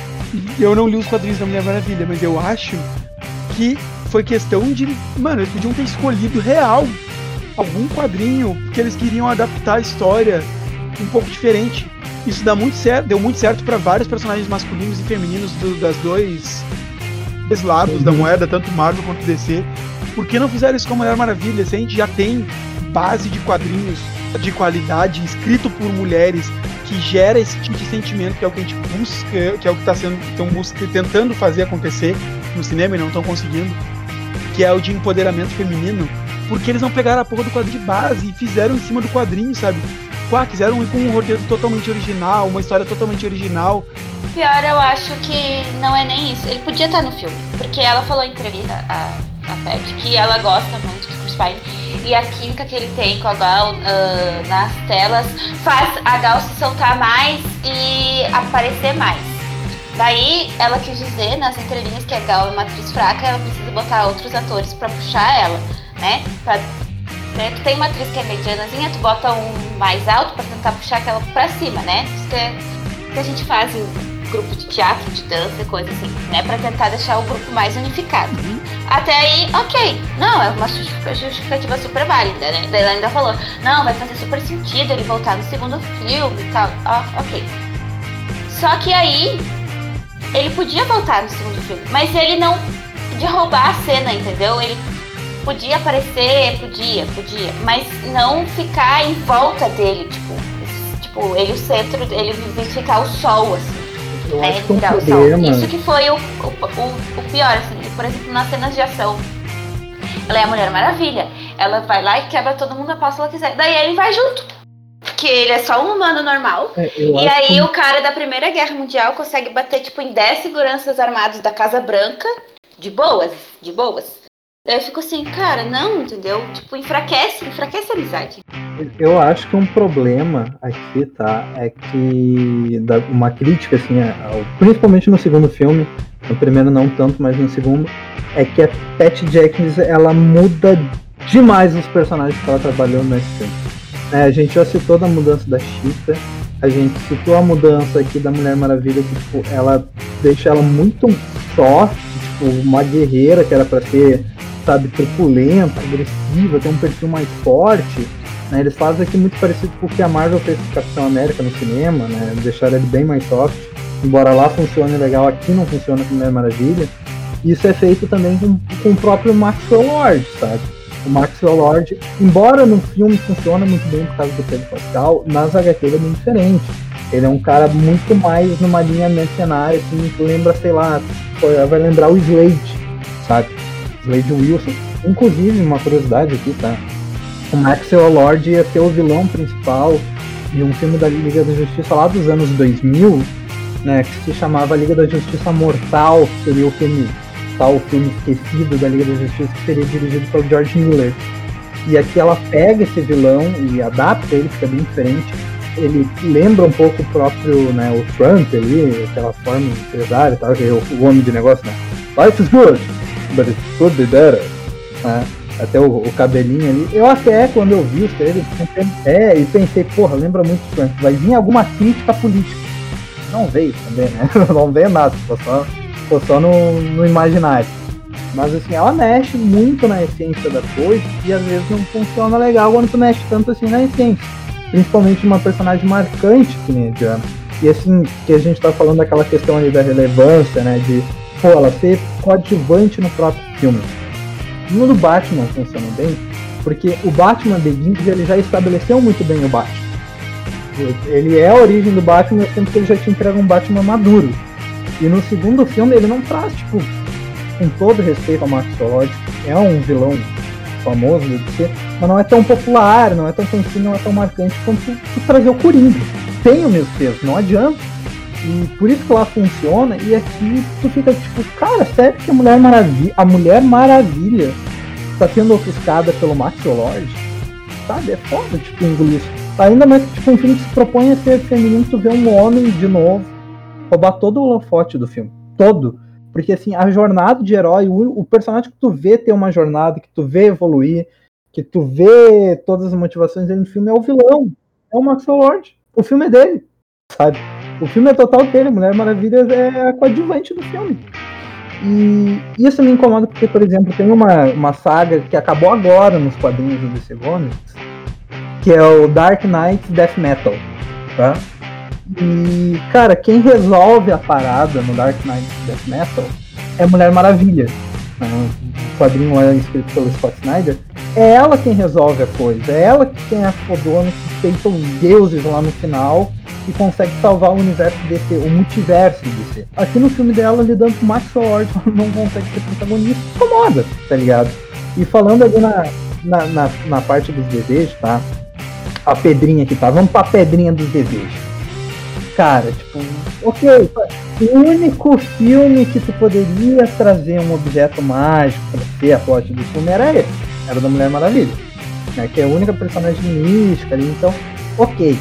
E eu não li os quadrinhos da Mulher Maravilha, mas eu acho que foi questão de. Mano, eles podiam ter escolhido real algum quadrinho, porque eles queriam adaptar a história um pouco diferente. Isso dá muito certo, deu muito certo pra vários personagens masculinos e femininos do, das dois, dois lados uhum. da moeda, tanto Marvel quanto D C. Por que não fizeram isso com a Mulher Maravilha? Se a gente já tem base de quadrinhos de qualidade, escrito por mulheres, que gera esse tipo de sentimento, que é o que a gente busca, que é o que está sendo, estão busca, tentando fazer acontecer no cinema e não estão conseguindo, que é o de empoderamento feminino, porque eles não pegaram a porra do quadrinho de base e fizeram em cima do quadrinho, sabe? Pá, quiseram ir com um roteiro totalmente original, uma história totalmente original. Pior, eu acho que não é nem isso. Ele podia estar no filme, porque ela falou em entrevista, a, a Pat, que ela gosta muito do Chris Pine, e a química que ele tem com a Gal uh, nas telas faz a Gal se soltar mais e aparecer mais. Daí ela quis dizer nas entrelinhas que a Gal é uma atriz fraca, ela precisa botar outros atores pra puxar ela, né? Pra, né? Tu tem uma atriz que é medianazinha, tu bota um mais alto pra tentar puxar aquela pra cima, né? Isso que, é, que a gente faz em grupo de teatro, de dança, coisa assim, né? Pra tentar deixar o grupo mais unificado. Uhum. Até aí, ok. Não, é uma justificativa super válida, né? Daí ela ainda falou, não, vai fazer super sentido ele voltar no segundo filme e tal. Ah, ok. Só que aí, ele podia voltar no segundo filme, mas ele não podia roubar a cena, entendeu? Ele podia aparecer, podia, podia, mas não ficar em volta dele, tipo, tipo ele o centro, ele ficar o sol, assim. Eu né, acho que um virar o problema... sol. Isso que foi o, o, o, o pior, assim, por exemplo, nas cenas de ação. Ela é a Mulher Maravilha, ela vai lá e quebra todo mundo a pau se ela quiser, daí ele vai junto. Porque ele é só um humano normal. É, e aí que... o cara da Primeira Guerra Mundial consegue bater tipo em dez seguranças armados da Casa Branca. De boas, de boas. Daí eu fico assim, cara, não, entendeu? Tipo, enfraquece, enfraquece a amizade. Eu acho que um problema aqui, tá? É que uma crítica, assim, ao, principalmente no segundo filme, no primeiro não tanto, mas no segundo, é que a Patty Jenkins, ela muda demais os personagens que ela trabalhou nesse filme. É, a gente já citou da mudança da Cheetah, a gente citou a mudança aqui da Mulher Maravilha, que tipo, ela deixa ela muito soft, tipo, uma guerreira que era pra ser, sabe, truculenta, agressiva, ter um perfil mais forte, né? Eles fazem aqui muito parecido com o que a Marvel fez com o Capitão América no cinema, né? Deixaram ele bem mais soft, embora lá funcione legal, aqui não funciona com Mulher Maravilha. Isso é feito também com, com o próprio Maxwell Lord, sabe? O Maxwell Lord, embora no filme funcione muito bem por causa do Pedro Pascal, nas agá quê ele é muito diferente. Ele é um cara muito mais numa linha mercenária, assim, que lembra, sei lá, vai lembrar o Slade, sabe? Slade Wilson. Inclusive, uma curiosidade aqui, tá? O Maxwell Lord ia ser o vilão principal de um filme da Liga da Justiça lá dos anos dois mil, né? Que se chamava Liga da Justiça Mortal, que seria o filme... tal filme esquecido da Liga da Justiça, que seria dirigido pelo George Miller. E aqui ela pega esse vilão e adapta ele, fica bem diferente. Ele lembra um pouco o próprio, né, o Trump ali, aquela forma empresária e tal, que é o, o homem de negócio, né? Life is good, but it could be better. Né? Até o, o cabelinho ali. Eu até, quando eu vi os trailers, é, e pensei, porra, lembra muito o Trump. Vai vir alguma crítica política. Não veio também, né? Não veio nada, ficou só... Ficou só no, no imaginário. Mas assim, ela mexe muito na essência da coisa e às vezes não funciona legal quando tu mexe tanto assim na essência. Principalmente uma personagem marcante que nem a Diana. E assim, que a gente tá falando daquela questão ali da relevância, né? De, pô, ela ser coadjuvante no próprio filme. No do Batman funciona bem, porque o Batman Begins, ele já estabeleceu muito bem o Batman. Ele é a origem do Batman, sempre que ele já te entrega um Batman maduro. E no segundo filme ele não traz, tipo, com todo respeito ao Maxwell Lord, é um vilão famoso do D C, mas não é tão popular, não é tão conhecido, não é tão marcante quanto tu, tu trazer o Coringa. Tem o mesmo peso, não adianta. E por isso que lá funciona, e aqui tu fica tipo, cara, sério que a Mulher Maravilha, a Mulher Maravilha tá sendo ofuscada pelo Maxwell Lord? Sabe, é foda, tipo, engolir isso. Ainda mais que tipo, um filme que se propõe a ser feminino, tu vê um homem de novo roubar todo o holofote do filme, todo, porque assim, a jornada de herói, o, o personagem que tu vê ter uma jornada, que tu vê evoluir, que tu vê todas as motivações dele no filme, é o vilão, é o Maxwell Lord, o filme é dele, sabe, o filme é total dele, Mulher Maravilha é a coadjuvante do filme, e isso me incomoda porque, por exemplo, tem uma, uma saga que acabou agora nos quadrinhos do D C Comics, que é o Dark Knight Death Metal, tá? E, cara, quem resolve a parada no Dark Knight Death Metal é Mulher Maravilha. quadrinho lá escrito pelo Scott Snyder, é ela quem resolve a coisa, é ela que tem a fodona que feita os deuses lá no final e consegue salvar o universo D C, o multiverso D C. Aqui no filme dela, lidando com o Maxwell Lord, ela não consegue ser protagonista, incomoda, tá ligado? E falando ali na, na, na, na parte dos desejos, tá? A pedrinha aqui, tá? Vamos pra pedrinha dos desejos. Cara, tipo, ok, o único filme que tu poderia trazer um objeto mágico pra ser a plot do filme era esse, era da Mulher Maravilha, né, que é a única personagem mística ali, então, ok.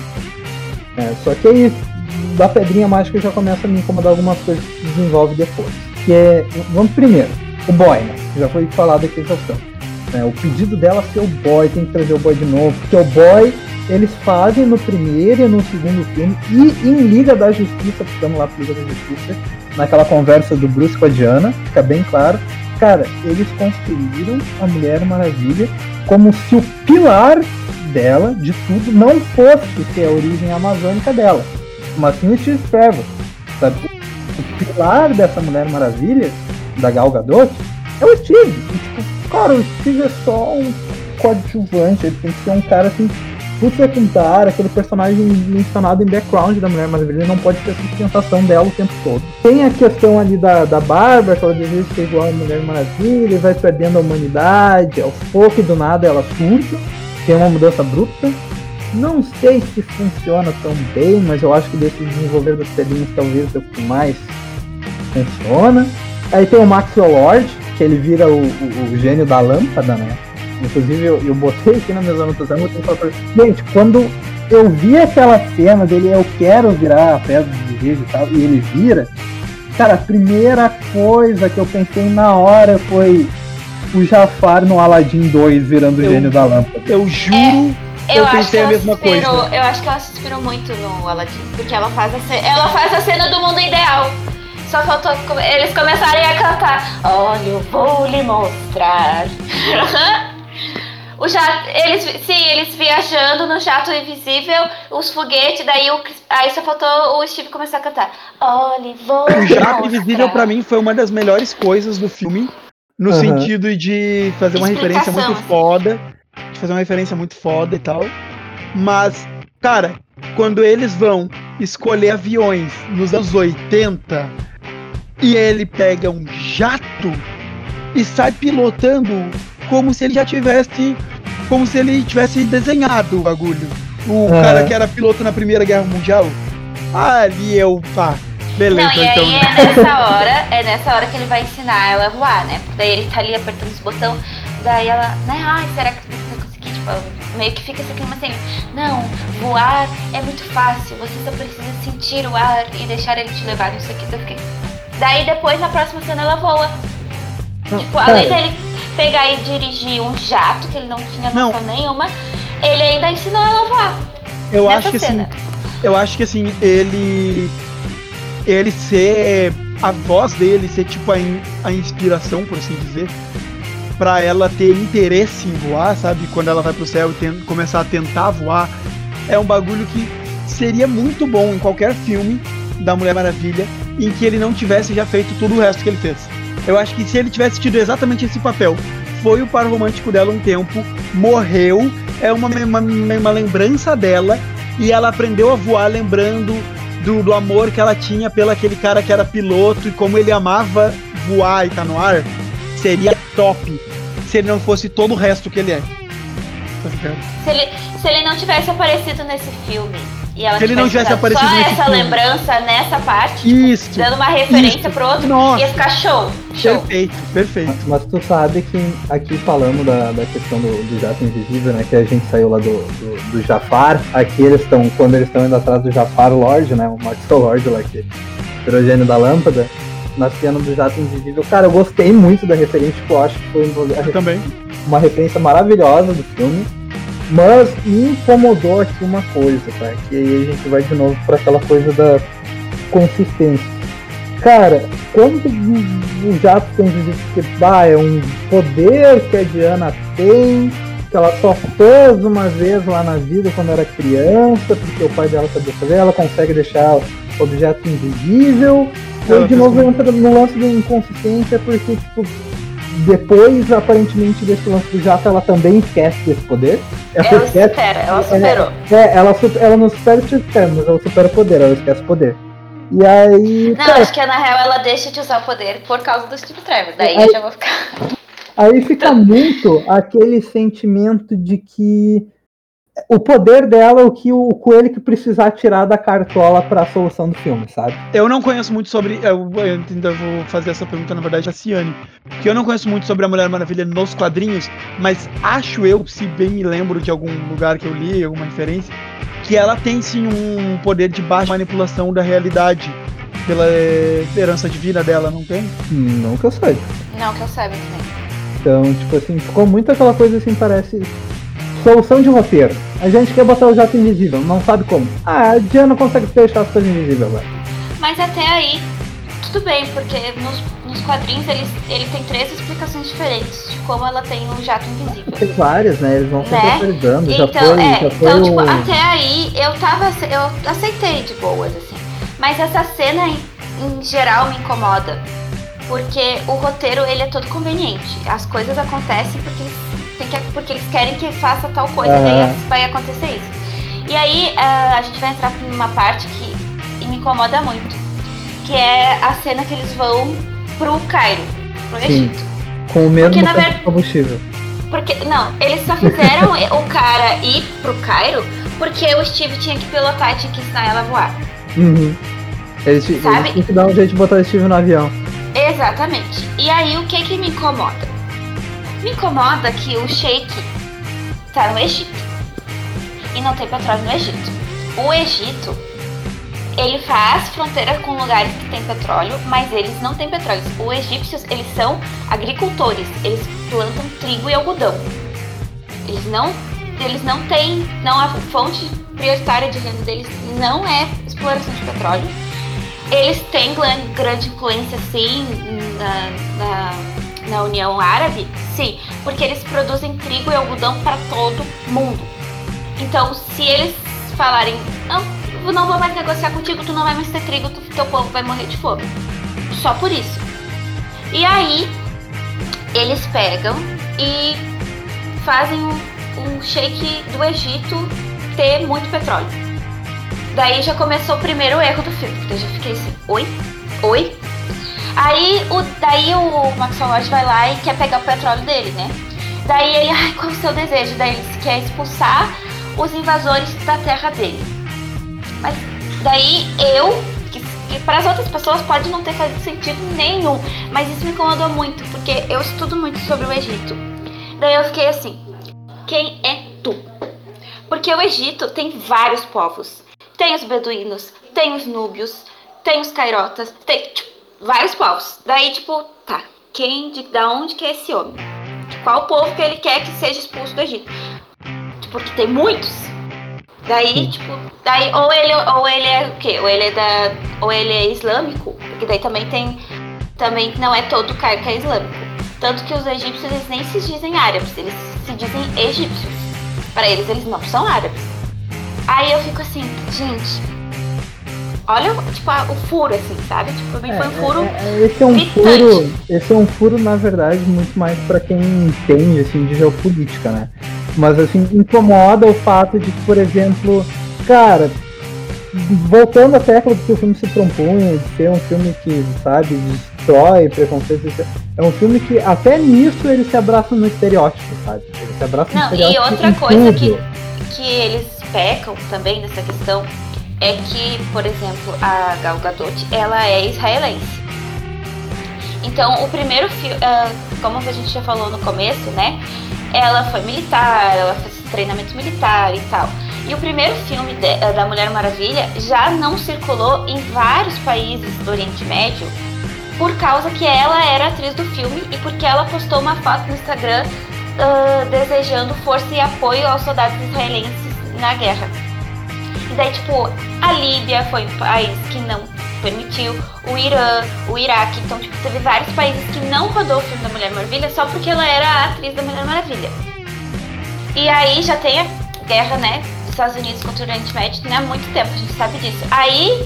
É, só que aí, da pedrinha mágica já começa a me incomodar algumas coisas que se desenvolve depois. Que é, vamos primeiro, o boy, né, já foi falado aqui essa opção. É, o pedido dela ser o boy, tem que trazer o boy de novo, porque o boy eles fazem no primeiro e no segundo filme, e em Liga da Justiça, ficamos lá pro Liga da Justiça, naquela conversa do Bruce com a Diana, fica bem claro, cara, eles construíram a Mulher Maravilha como se o pilar dela, de tudo, não fosse ser a origem amazônica dela, mas sim o Steve Trevor, sabe? O pilar dessa Mulher Maravilha, da Gal Gadot, é o Steve. E, tipo, cara, o Steve é só um coadjuvante, ele tem que ser um cara assim, por secundário, aquele personagem mencionado em background da Mulher Maravilha, ele não pode ter a sustentação dela o tempo todo. Tem a questão ali da, da Bárbara, que ela deseja ser igual a Mulher Maravilha, vai perdendo a humanidade, aos poucos e do nada ela surge, tem uma mudança abrupta. Não sei se funciona tão bem, mas eu acho que desse desenvolver das pedrinhas talvez é o que mais funciona. Aí tem o Maxwell Lord, que ele vira o, o, o gênio da lâmpada, né? Inclusive eu, eu botei aqui nas minhas anotações, gente, quando eu vi aquela cena dele, eu quero virar a pedra do desejo e tal, e ele vira, cara, a primeira coisa que eu pensei na hora foi o Jafar no Aladdin dois virando o gênio da lâmpada. Eu juro, é, eu, eu pensei a mesma inspirou, coisa. Eu acho que ela se inspirou muito no Aladdin, porque ela faz a cena, ela faz a cena do mundo ideal. Só faltou eles começarem a cantar, olha, eu vou lhe mostrar. O jato, eles, sim, eles viajando no jato invisível, os foguetes, daí o, aí só faltou o Steve começar a cantar. Olha, vou O jato invisível pra mim foi uma das melhores coisas do filme, no uhum. sentido de fazer uma referência muito foda, de fazer uma referência muito foda e tal. Mas, cara, quando eles vão escolher aviões nos anos oitenta e ele pega um jato e sai pilotando como se ele já tivesse, como se ele tivesse desenhado o bagulho. O é. cara que era piloto na Primeira Guerra Mundial. Ali eu, pá, beleza. Não, e então. aí é nessa hora, é nessa hora que ele vai ensinar ela a voar, né? Porque daí ele tá ali apertando os botões, daí ela, né, ai, será que você vai conseguir? Tipo, meio que fica esse clima assim, não, voar é muito fácil, você só precisa sentir o ar e deixar ele te levar, isso aqui, eu fiquei. Daí depois, na próxima cena, ela voa. Não, tipo, além dele pegar e dirigir um jato, que ele não tinha noção não. nenhuma, ele ainda ensinou ela a voar. Eu acho que cena. assim, eu acho que assim, ele ele ser a voz dele ser tipo a, in, a inspiração, por assim dizer, pra ela ter interesse em voar, sabe? Quando ela vai pro céu e tem, começar a tentar voar, é um bagulho que seria muito bom em qualquer filme da Mulher Maravilha em que ele não tivesse já feito tudo o resto que ele fez. Eu acho que se ele tivesse tido exatamente esse papel, foi o par romântico dela um tempo, morreu, é uma, uma, uma lembrança dela, e ela aprendeu a voar lembrando do, do amor que ela tinha pelo aquele cara que era piloto, e como ele amava voar e estar no ar, seria top, se ele não fosse todo o resto que ele é. Se ele, se ele não tivesse aparecido nesse filme, e ela se ele não tivesse aparecido só nesse essa filme. lembrança nessa parte, isso, tipo, dando uma referência isso. pro outro, Nossa. ia ficar show, show. Perfeito, perfeito. Mas, mas tu sabe que aqui falando da, da questão do, do jato invisível, né, que a gente saiu lá do, do, do Jafar, aqui eles estão, quando eles estão indo atrás do Jafar Lord, né, o Maxwell Lord lá, que virou o gênio da lâmpada, na cena do jato invisível, cara, eu gostei muito da referência, tipo, eu acho que foi eu a, também. uma referência maravilhosa do filme. Mas me incomodou aqui uma coisa, tá? Que aí a gente vai de novo para aquela coisa da consistência. Cara, quando o jato tem que bah, é um poder que a Diana tem, que ela só fez uma vez lá na vida quando era criança, porque o pai dela sabia fazer, ela consegue deixar o objeto invisível. E de novo entra no lance da inconsistência, porque, tipo, depois, aparentemente, desse lance do jato, ela também esquece desse poder. Ela, ela esquece, supera, ela superou. É, é ela, ela não supera o supera, mas ela supera o poder, ela esquece o poder. E aí... Não, cara, acho que na real ela deixa de usar o poder por causa do Steve Trevor, daí aí, eu já vou ficar... Aí fica muito aquele sentimento de que o poder dela é o que o coelho que precisar tirar da cartola pra solução do filme, sabe? Eu não conheço muito sobre... Eu ainda vou fazer essa pergunta, na verdade, a Ciane. Porque eu não conheço muito sobre a Mulher Maravilha nos quadrinhos, mas acho eu, se bem me lembro de algum lugar que eu li, alguma referência, que ela tem sim um poder de baixa manipulação da realidade pela herança divina dela, não tem? Não que eu saiba. Não que eu saiba também. Então, tipo assim, ficou muito aquela coisa assim, parece... Solução de roteiro. A gente quer botar o jato invisível, não sabe como. Ah, a Diana consegue deixar as coisas invisíveis agora. Mas até aí, tudo bem, porque nos, nos quadrinhos ele, ele tem três explicações diferentes de como ela tem um jato invisível. Tem várias, né? Eles vão sempre atualizando, né? já então, foi, é, já foi então, o... tipo, até aí eu tava, eu aceitei de boas, assim. Mas essa cena, em, em geral, me incomoda. Porque o roteiro, ele é todo conveniente. As coisas acontecem porque eles, tem que, porque eles querem que faça tal coisa, uhum. Daí vai acontecer isso. E aí, uh, a gente vai entrar numa parte que me incomoda muito. Que é a cena que eles vão pro Cairo, pro Egito. Sim, com o mesmo tanto de combustível. Porque, não, eles só fizeram o cara ir pro Cairo porque o Steve tinha que pilotar e tinha que ensinar ela a voar. Uhum. Eles, eles tinham que dar um jeito de botar o Steve no avião. Exatamente. E aí, o que que me incomoda? Me incomoda que o Sheik tá no Egito. E não tem petróleo no Egito. O Egito, ele faz fronteira com lugares que tem petróleo, mas eles não têm petróleo. Os egípcios, eles são agricultores. Eles plantam trigo e algodão. Eles não, eles não têm... Não, a fonte prioritária de renda deles não é exploração de petróleo. Eles têm grande influência, sim, na, na, na União Árabe, sim, porque eles produzem trigo e algodão para todo mundo. Então, se eles falarem, não, eu não vou mais negociar contigo, tu não vai mais ter trigo, tu, teu povo vai morrer de fome. Só por isso. E aí, eles pegam e fazem um, um sheik do Egito ter muito petróleo. Daí já começou o primeiro erro do filme, porque eu já fiquei assim, oi? Oi? Aí o, daí o Maxwell Lord vai lá e quer pegar o petróleo dele, né? Daí ele, ai, qual é o seu desejo? Daí ele quer expulsar os invasores da terra dele. Mas daí eu, que, que para as outras pessoas pode não ter feito sentido nenhum, mas isso me incomodou muito, porque eu estudo muito sobre o Egito. Daí eu fiquei assim, quem é tu? Porque o Egito tem vários povos. Tem os beduínos, tem os núbios, tem os cairotas, tem, tipo, vários povos. Daí, tipo, tá, quem, de, da onde que é esse homem? De qual povo que ele quer que seja expulso do Egito? Porque tem muitos. Daí, tipo, daí, ou ele, ou ele é o quê? Ou ele é da, ou ele é islâmico, porque daí também tem, também não é todo o Cairo que é islâmico. Tanto que os egípcios, eles nem se dizem árabes, eles se dizem egípcios. Para eles, eles não são árabes. Aí eu fico assim, gente, olha, tipo, a, o furo, assim, sabe? Tipo, pra mim foi um furo é, é, esse é um gritante. furo, esse é um furo, na verdade, muito mais pra quem entende, assim, de geopolítica, né? Mas, assim, incomoda o fato de que, por exemplo, cara, voltando à tecla do que o filme se propunha, de ser um filme que, sabe, destrói preconceitos, é um filme que, até nisso, ele se abraça no estereótipo, sabe? Ele se abraça no Não, estereótipo. E outra coisa que, que eles pecam também nessa questão é que, por exemplo, a Gal Gadot, ela é israelense. Então, o primeiro filme, uh, como a gente já falou no começo, né? Ela foi militar, ela fez treinamento militar e tal. E o primeiro filme de, uh, da Mulher Maravilha já não circulou em vários países do Oriente Médio por causa que ela era atriz do filme e porque ela postou uma foto no Instagram uh, desejando força e apoio aos soldados israelenses na guerra. E daí, tipo, a Líbia foi um país que não permitiu, o Irã, o Iraque, então, tipo, teve vários países que não rodou o filme da Mulher Maravilha só porque ela era a atriz da Mulher Maravilha. E aí já tem a guerra, né, dos Estados Unidos contra o Oriente Médio, né, há muito tempo, a gente sabe disso. Aí,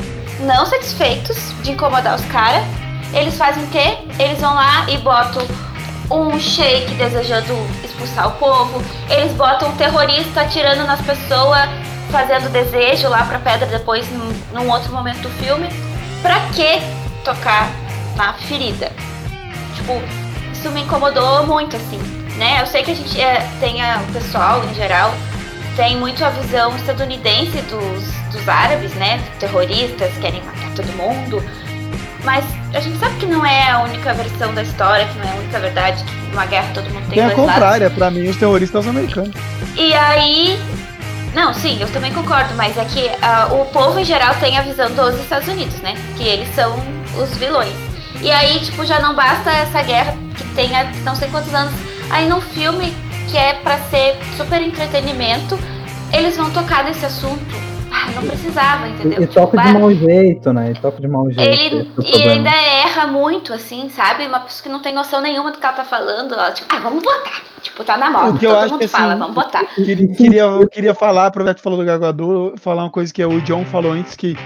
não satisfeitos de incomodar os caras, eles fazem o quê? Eles vão lá e botam um sheik desejando expulsar o povo, eles botam um terrorista atirando nas pessoas, fazendo desejo lá pra pedra depois num, num outro momento do filme. Pra que tocar na ferida? Tipo, isso me incomodou muito, assim, né? Eu sei que a gente é, tem a, o pessoal, em geral, tem muito a visão estadunidense dos, dos árabes, né? Terroristas, querem matar todo mundo. Mas a gente sabe que não é a única versão da história, que não é a única verdade, que numa guerra todo mundo tem Tem a dois contrária, lados. pra mim os terroristas são os americanos. E aí... Não, sim, eu também concordo, mas é que uh, o povo em geral tem a visão dos Estados Unidos, né? Que eles são os vilões. E aí, tipo, já não basta essa guerra que tem há não sei quantos anos. Aí num filme que é pra ser super entretenimento, eles vão tocar nesse assunto. Ah, não precisava, entendeu? E, e tipo, toca de mau jeito, né? E toca de mau jeito. Ele e ainda erra muito, assim, sabe? Uma pessoa que não tem noção nenhuma do que ela tá falando. Ela, tipo, ah, vamos botar. Tipo, tá na moda, O que eu todo acho mundo que, fala, assim, vamos botar. Queria, queria, eu queria falar, aproveitar que falou do Gal Gadot, falar uma coisa que o John falou antes, que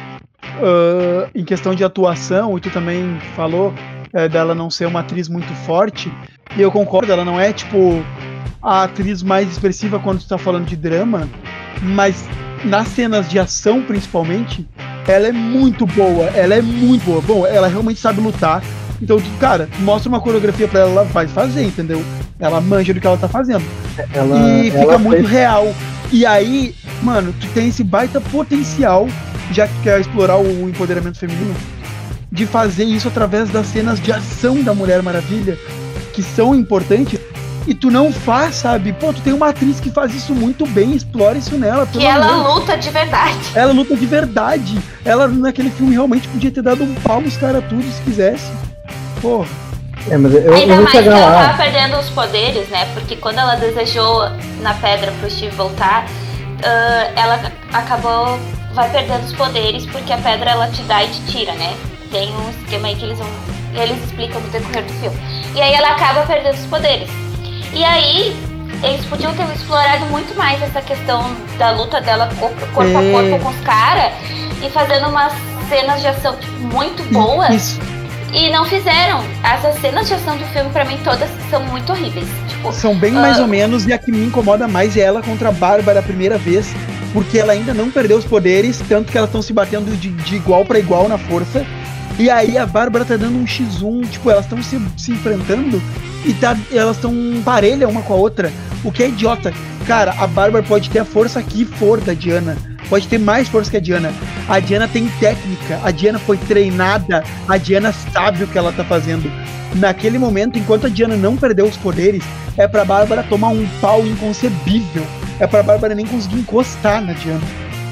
uh, em questão de atuação, e tu também falou é, dela não ser uma atriz muito forte, e eu concordo, ela não é, tipo, a atriz mais expressiva quando tu tá falando de drama, mas nas cenas de ação, principalmente, ela é muito boa, ela é muito boa. Bom, ela realmente sabe lutar, então, cara, mostra uma coreografia pra ela, ela vai fazer, entendeu? Ela manja do que ela tá fazendo. Ela, e fica ela muito fez... real. E aí, mano, tu tem esse baita potencial, já que quer explorar o empoderamento feminino, de fazer isso através das cenas de ação da Mulher Maravilha, que são importantes, e tu não faz, sabe? Pô, tu tem uma atriz que faz isso muito bem, explora isso nela. Que ela luta de verdade. Ela luta de verdade. Ela, naquele filme, realmente podia ter dado um pau nos caras tudo, se quisesse. Porra. É, mas eu, Ainda eu vou mais que chegar ela lá. tava perdendo os poderes, né? Porque quando ela desejou na pedra pro Steve voltar, uh, ela acabou, vai perdendo os poderes, porque a pedra ela te dá e te tira, né? Tem um esquema aí que eles vão, eles explicam no decorrer do filme. E aí ela acaba perdendo os poderes. E aí, eles podiam ter explorado muito mais essa questão da luta dela corpo, corpo é... a corpo com os caras e fazendo umas cenas de ação tipo, muito boas. Isso. E não fizeram. Essas cenas de ação do filme, pra mim, todas são muito horríveis. Tipo, são bem uh... mais ou menos, e a que me incomoda mais é ela contra a Bárbara a primeira vez, porque ela ainda não perdeu os poderes, tanto que elas estão se batendo de, de igual pra igual na força. E aí a Bárbara tá dando um xis um, tipo, elas estão se, se enfrentando e tá, elas estão parelha uma com a outra, o que é idiota. Cara, a Bárbara pode ter a força que for da Diana, pode ter mais força que a Diana. A Diana tem técnica, a Diana foi treinada, a Diana sabe o que ela tá fazendo. Naquele momento, enquanto a Diana não perdeu os poderes, é pra Bárbara tomar um pau inconcebível. É pra Bárbara nem conseguir encostar na Diana.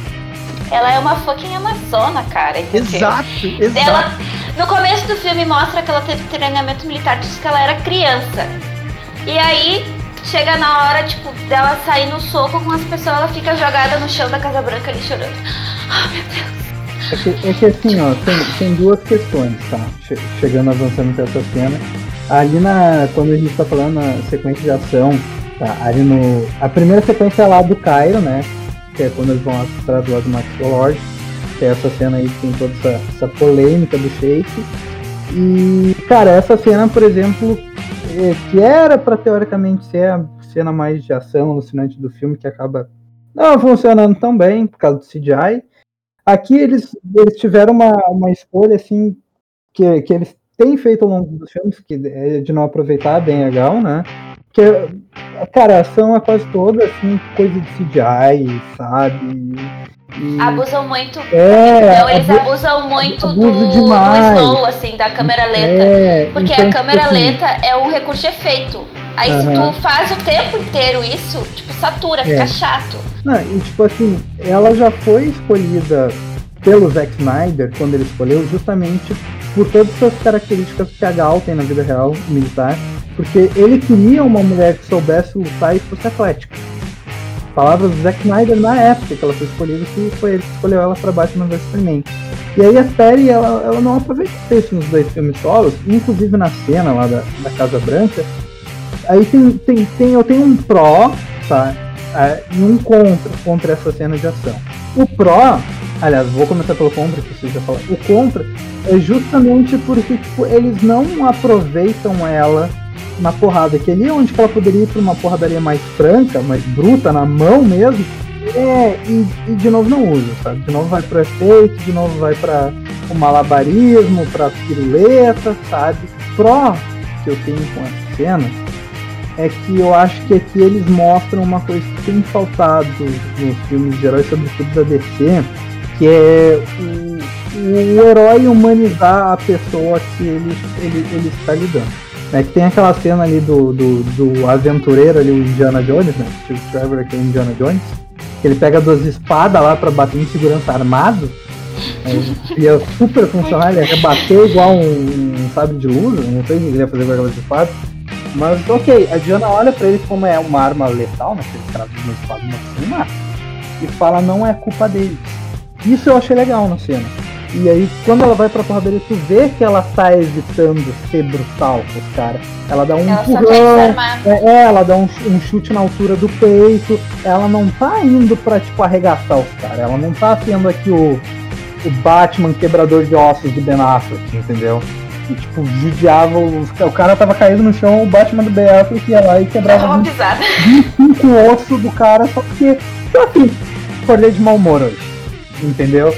Ela é uma fucking amazona, cara. Entendeu? Exato, exato. Ela, no começo do filme mostra que ela teve treinamento militar desde que ela era criança. E aí, chega na hora, tipo, dela sair no soco com as pessoas, ela fica jogada no chão da Casa Branca ali chorando. Oh, meu Deus. É que, é que assim, ó, tem, tem duas questões, tá? Che- chegando, avançando pra essa cena. Ali na, quando a gente tá falando na sequência de ação, tá? Ali no, a primeira sequência é lá do Cairo, né? Que é quando eles vão atrás do lado do Max Lord, que é essa cena aí que tem toda essa, essa polêmica do Sheik. E, cara, essa cena, por exemplo, é, que era pra teoricamente ser a cena mais de ação alucinante do filme, que acaba não funcionando tão bem por causa do C G I. Aqui eles, eles tiveram uma, uma escolha, assim, que, que eles têm feito ao longo dos filmes, que é de não aproveitar bem legal, né? Que, cara, a ação é quase toda, assim, coisa de C G I, sabe? E, abusam muito. É, então, eles abu- abusam muito abuso do, do demais. slow, assim, da câmera lenta. É, porque então, a câmera tipo assim, lenta é um recurso de efeito. Aí se Aham. tu faz o tempo inteiro isso, tipo, satura, fica É. chato. Não, e tipo assim, ela já foi escolhida pelo Zack Snyder, quando ele escolheu, justamente por todas essas características que a Gal tem na vida real, militar, porque ele queria uma mulher que soubesse lutar e fosse atlética. Palavras do Zack Snyder na época que ela foi escolhida, que foi ele que escolheu ela para Batman versus Superman. E aí a série, ela, ela não aproveitou isso nos dois filmes solos, inclusive na cena lá da, da Casa Branca. Aí tem, tem, tem, eu tenho um pró, tá? É, e um contra, contra essa cena de ação. O pró, aliás, vou começar pelo contra, que você já falou. O contra é justamente porque tipo, eles não aproveitam ela na porrada, que ali é onde ela poderia ir pra uma porradaria mais franca, mais bruta, na mão mesmo, é, e, e de novo não usa, sabe? De novo vai pro efeito, de novo vai pra o malabarismo, pra piruleta, sabe? Pró que eu tenho com essa cena é que eu acho que aqui eles mostram uma coisa que tem faltado nos filmes de heróis, sobretudo da D C, que é o, o herói humanizar a pessoa que ele, ele, ele está lidando. É que tem aquela cena ali do, do, do aventureiro ali, o Indiana Jones, né? Steve Trevor, que é o Indiana Jones, que ele pega duas espadas lá pra bater em segurança armado, é, ia super funcionar, ele ia bater igual um, um sabre de luz, não sei o que ele ia fazer com aquelas espadas, mas ok, a Diana olha pra ele como é uma arma letal, né? Aquele cara de uma espada não se mata, e fala, não é culpa deles. Isso eu achei legal na cena. E aí, quando ela vai pra porradaria, tu vê que ela tá evitando ser brutal com os caras. Ela dá um Ela só empurrão, quer desarmar. é, ela dá um, um chute na altura do peito. Ela não tá indo pra, tipo, arregaçar os caras. Ela não tá sendo aqui o, o Batman quebrador de ossos do Ben Affleck, entendeu? E, tipo, judiava os... O cara tava caído no chão, o Batman do Ben Affleck ia lá e quebrava Dá uma vinte pisada. e cinco ossos do cara, só porque... Então, assim, acordei de mau humor hoje, entendeu?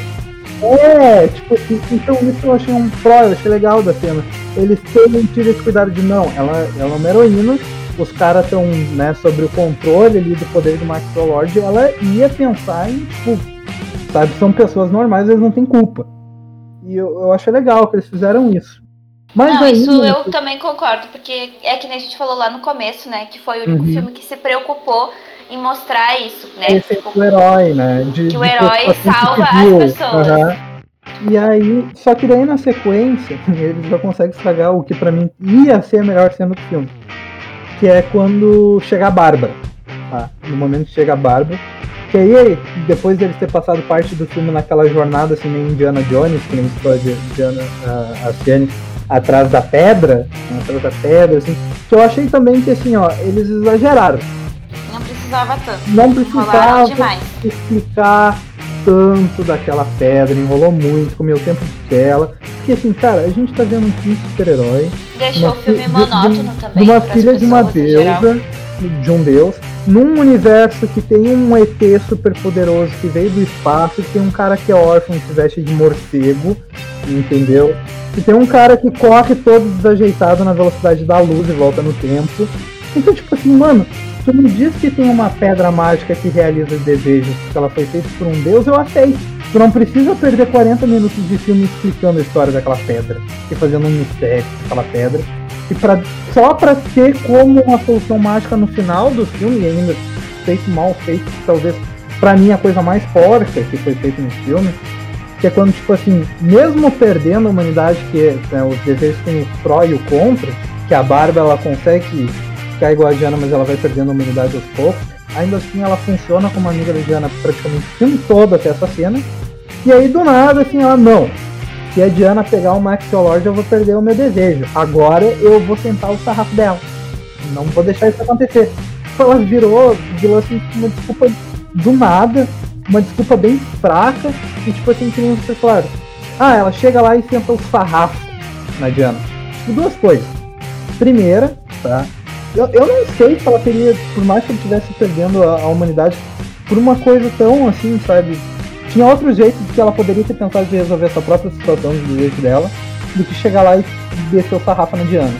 É, tipo assim, então isso eu achei um pró, eu achei legal da cena. Eles terem tido esse cuidado de não, ela, ela é uma heroína, os caras estão, né, sobre o controle ali do poder do Maxwell Lord, ela ia pensar em, tipo, sabe, são pessoas normais, eles não têm culpa. E eu, eu achei legal que eles fizeram isso. Mas Não, ainda, isso eu também concordo, porque é que nem a gente falou lá no começo, né, que foi o único Uhum. filme que se preocupou em mostrar isso, né? Esse é o herói, né? De, Que o de herói pessoa salva civil. as pessoas. Uhum. E aí, só que daí na sequência, eles já conseguem estragar o que pra mim ia ser a melhor cena do filme. Que é quando chega a Bárbara. Tá? No momento que chega a Bárbara. Que aí, depois deles ter passado parte do filme naquela jornada assim, meio Indiana Jones, que nem história de Indiana, a, a Ciane, atrás da pedra, né, atrás da pedra, assim, que eu achei também que assim, ó, eles exageraram. Não precisava tanto. Não Enrolaram precisava demais. explicar tanto daquela pedra, enrolou muito, comeu o tempo de tela. Porque assim, cara, a gente tá vendo um filme de super-herói. Deixou o filme de, monótono de, também. De uma pras filha de uma pessoas, em geral. deusa, de um deus, num universo que tem um E T super poderoso que veio do espaço, que tem um cara que é órfão que se veste de morcego, entendeu? E tem um cara que corre todo desajeitado na velocidade da luz e volta no tempo. Então, tipo assim, mano, tu me diz que tem uma pedra mágica que realiza os desejos, porque ela foi feita por um deus, eu aceito. Tu não precisa perder quarenta minutos de filme explicando a história daquela pedra e fazendo um mistério daquela pedra. E pra, só pra ter como uma solução mágica no final do filme, e ainda feito mal feito, talvez pra mim a coisa mais porca que foi feita no filme, que é quando, tipo assim, mesmo perdendo a humanidade, que né, os desejos têm o pró e o contra, que a Bárbara ela consegue ficar igual a Diana, mas ela vai perdendo a humanidade aos poucos, ainda assim ela funciona como amiga da Diana praticamente o filme todo até essa cena, e aí do nada, assim, ela não. Se a Diana pegar o Maxwell Lord, eu vou perder o meu desejo. Agora eu vou sentar o sarrafo dela. Não vou deixar isso acontecer. Ela virou, virou assim, uma desculpa do nada, uma desculpa bem fraca, e tipo assim, que nem vocês falaram. Ah, ela chega lá e senta o sarrafo na Diana. Tipo, duas coisas. Primeira, tá? Eu, eu não sei se ela teria, por mais que ele estivesse perdendo a, a humanidade, por uma coisa tão assim, sabe? Tinha outro jeito de que ela poderia ter tentado de resolver essa própria situação do desejo dela, do que chegar lá e descer o sarrafo na Diana.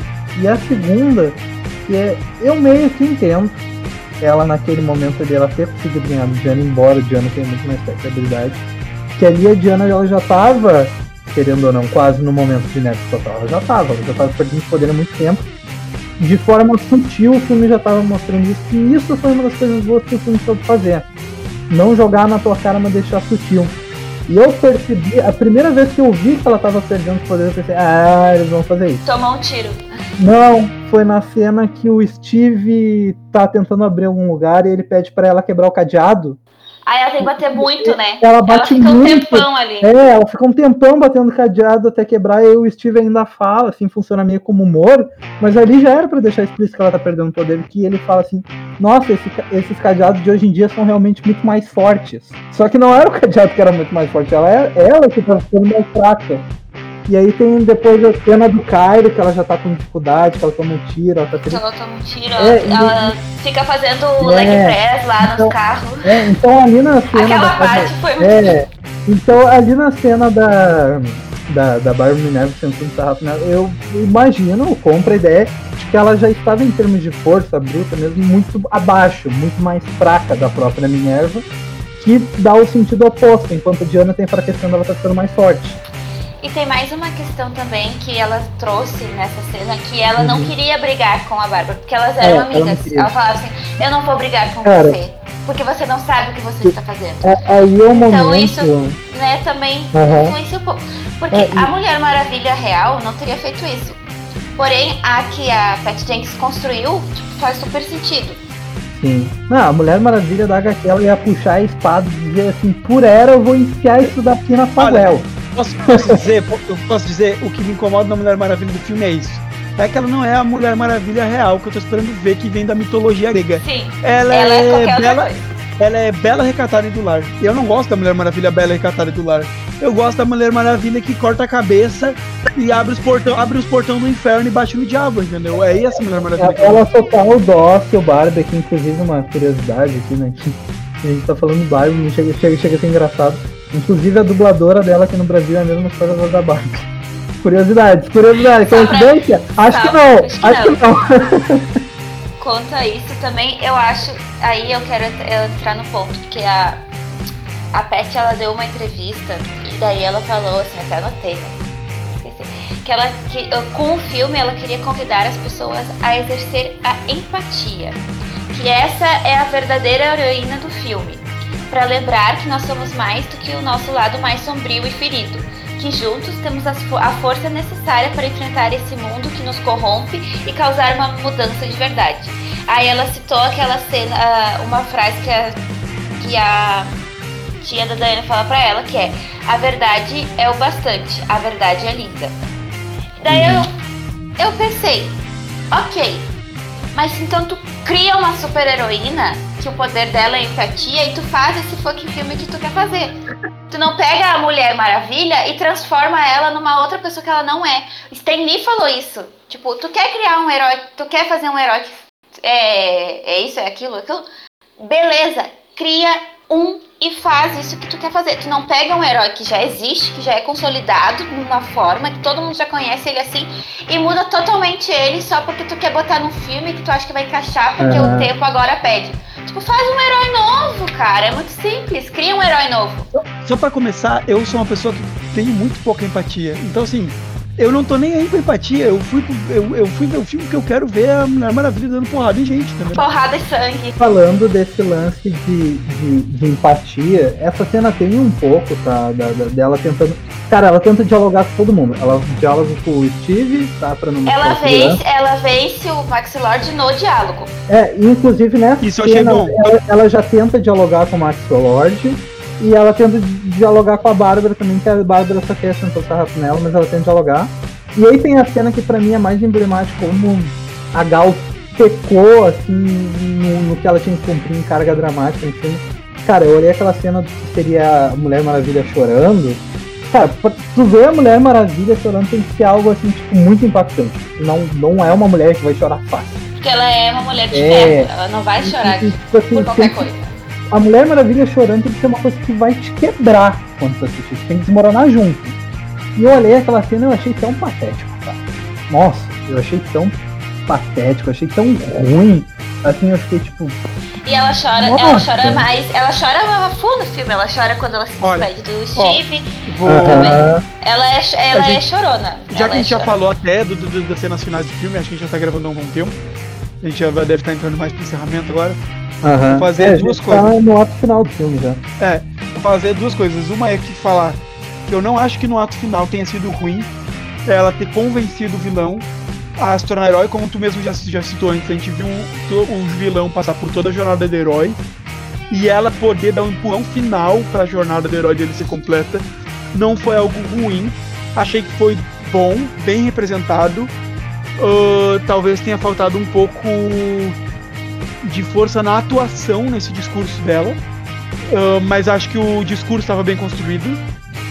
E a segunda, que é, eu meio que entendo ela naquele momento ali, ela ter conseguido ganhar do Diana, embora o Diana tenha muito mais técnica e habilidade, que ali a Diana ela já estava, querendo ou não, quase no momento de nexo total, ela já estava, ela já estava perdendo poder há muito tempo. De forma sutil o filme já estava mostrando isso, e isso foi uma das coisas boas que o filme soube fazer. Não jogar na tua cara, mas deixar sutil. E eu percebi, a primeira vez que eu vi que ela tava perdendo os poderes, eu pensei, ah, eles vão fazer isso. Tomou um tiro. Não, foi na cena que o Steve tá tentando abrir algum lugar e ele pede pra ela quebrar o cadeado. Aí ela tem que bater muito, né? Ela bate ela fica muito. um tempão ali. É, ela fica um tempão batendo cadeado até quebrar, e aí o Steve ainda fala, assim, funciona meio como humor, mas ali já era pra deixar explícito que ela tá perdendo poder, que ele fala assim, nossa, esse, esses cadeados de hoje em dia são realmente muito mais fortes. Só que não era o cadeado que era muito mais forte, ela, é, ela que tava ficando mais fraca. E aí tem depois a cena do Cairo, que ela já tá com dificuldade, que ela toma um tiro, ela tá Que ela toma um tiro, É, ela, ela fica fazendo o É, leg press lá então- nos carros. É, então ali na cena Aquela da parte foi muito. É, então ali na cena da da, da Barbara Minerva sentando sarrafo nela, eu imagino, eu compro a ideia de que ela já estava em termos de força bruta mesmo muito abaixo, muito mais fraca da própria Minerva, que dá o sentido oposto, enquanto a Diana tem enfraquecendo, ela tá ficando mais forte. E tem mais uma questão também que ela trouxe nessa cena, que ela Uhum. não queria brigar com a Bárbara, porque elas É, eram ela não amigas. queria. Ela falava assim, eu não vou brigar com Cara. você, porque você não sabe o que você está fazendo. É, aí é o momento. Então isso, né, também Aham. influencia um pouco. Porque É, e- a Mulher Maravilha real não teria feito isso. Porém, a que a Patty Jenkins construiu, tipo, faz super sentido. Sim. Não, a Mulher Maravilha da agá quê, ela ia puxar a espada e dizer assim, por ela eu vou enfiar isso daqui na Faguel. Posso, posso dizer, po- eu posso dizer, o que me incomoda na Mulher Maravilha do filme é isso. É que ela não é a Mulher Maravilha real, que eu tô esperando ver, que vem da mitologia grega. Sim, Ela, ela é é, qualquer outra bela, coisa. ela é bela, recatada e do lar. E eu não gosto da Mulher Maravilha bela, recatada e do lar. Eu gosto da Mulher Maravilha que corta a cabeça e abre os portão, abre os portão do inferno e bate no diabo, entendeu? É essa Mulher Maravilha. que eu Ela total dócil, Barbie, que inclusive uma curiosidade aqui, né? Que a gente tá falando Barbie, chega, chega, chega a ser engraçado. Inclusive a dubladora dela aqui no Brasil é a mesma coisa da Barbie. Curiosidade, curiosidade, Só pra- coincidência? Acho que Só- não, acho que acho que não. Quanto a isso também, eu acho. Aí eu quero ent- eu entrar no ponto, porque a, a Patty, ela deu uma entrevista e daí ela falou assim, até anotei, né? Esqueci. Que ela, que, com o filme, ela queria convidar as pessoas a exercer a empatia. Que essa é a verdadeira heroína do filme. Para lembrar que nós somos mais do que o nosso lado mais sombrio e ferido. Que juntos temos as fo- a força necessária para enfrentar esse mundo que nos corrompe e causar uma mudança de verdade. Aí ela citou aquela cena, ah, uma frase que a, que a tia da Diana fala pra ela, que é: a verdade é o bastante, a verdade é linda. Daí eu, eu pensei, ok, mas então tu cria uma super heroína que o poder dela é empatia e tu faz esse fucking filme que tu quer fazer. Tu não pega a Mulher Maravilha e transforma ela numa outra pessoa que ela não é. Stan Lee falou isso. Tipo, tu quer criar um herói, tu quer fazer um herói que é, é isso, é aquilo, aquilo. Beleza, cria um e faz isso que tu quer fazer. Tu não pega um herói que já existe, que já é consolidado de uma forma, que todo mundo já conhece ele assim, e muda totalmente ele só porque tu quer botar num filme que tu acha que vai encaixar porque Uhum. o tempo agora pede. Tipo, faz um herói novo, cara. É muito simples. Cria um herói novo. Só pra começar, eu sou uma pessoa que tem muito pouca empatia. Então, assim, eu não tô nem aí com empatia. Eu fui, pro- eu, eu fui ver o filme que eu quero ver a Mulher Maravilha dando porrada em gente, entendeu? Porrada e sangue. Falando desse lance de, de, de empatia, essa cena tem um pouco, tá? Da, da- dela tentando. Cara, ela tenta dialogar com todo mundo. Ela dialoga com o Steve, tá? Pra não Ela mostrar vence, segurança. ela vence o Max Lord no diálogo. É, e inclusive nessa Isso eu achei cena, bom. ela, ela já tenta dialogar com o Maxwell Lord. E ela tenta dialogar com a Bárbara também, que a Bárbara só quer sentar o sarrafo nela, mas ela tenta dialogar. E aí tem a cena que pra mim é mais emblemática, como a Gal pecou, assim, no, no que ela tinha que cumprir em carga dramática, enfim. Cara, eu olhei aquela cena que seria a Mulher Maravilha chorando. Cara, pra tu ver a Mulher Maravilha chorando tem que ser algo, assim, tipo, muito impactante. Não, não é uma mulher que vai chorar fácil. Porque ela é uma mulher de É. ferro. Ela não vai chorar E, tipo, assim, por qualquer tem que- coisa. A Mulher Maravilha chorando tem que ser uma coisa que vai te quebrar quando tu assistir. Tem que desmoronar junto. E eu olhei aquela cena e eu achei tão patético, cara. Nossa, eu achei tão patético, eu achei tão ruim. Assim, eu fiquei tipo. E ela chora, Nossa. ela chora mais. Ela chora a full no filme. Ela chora quando ela se Olha, despede do Steve. Vou... Aham. Ela é, ela A é gente- chorona. Já ela que a é gente já chorona. falou até do, do- das cenas finais do filme, acho que a gente já tá gravando há um bom tempo. A gente já vai- deve estar entrando mais pro encerramento agora. Aham. Vou fazer É, a duas gente coisas. Tá no ato final do filme já. É, vou fazer duas coisas. Uma é que falar que eu não acho que no ato final tenha sido ruim ela ter convencido o vilão a se tornar herói, como tu mesmo já, já citou antes. A gente viu o, o vilão passar por toda a jornada do herói e ela poder dar um empurrão final pra jornada do herói dele ser completa. Não foi algo ruim. Achei que foi bom, bem representado. Ah, talvez tenha faltado um pouco de força na atuação nesse discurso dela. Uh, mas acho que o discurso estava bem construído.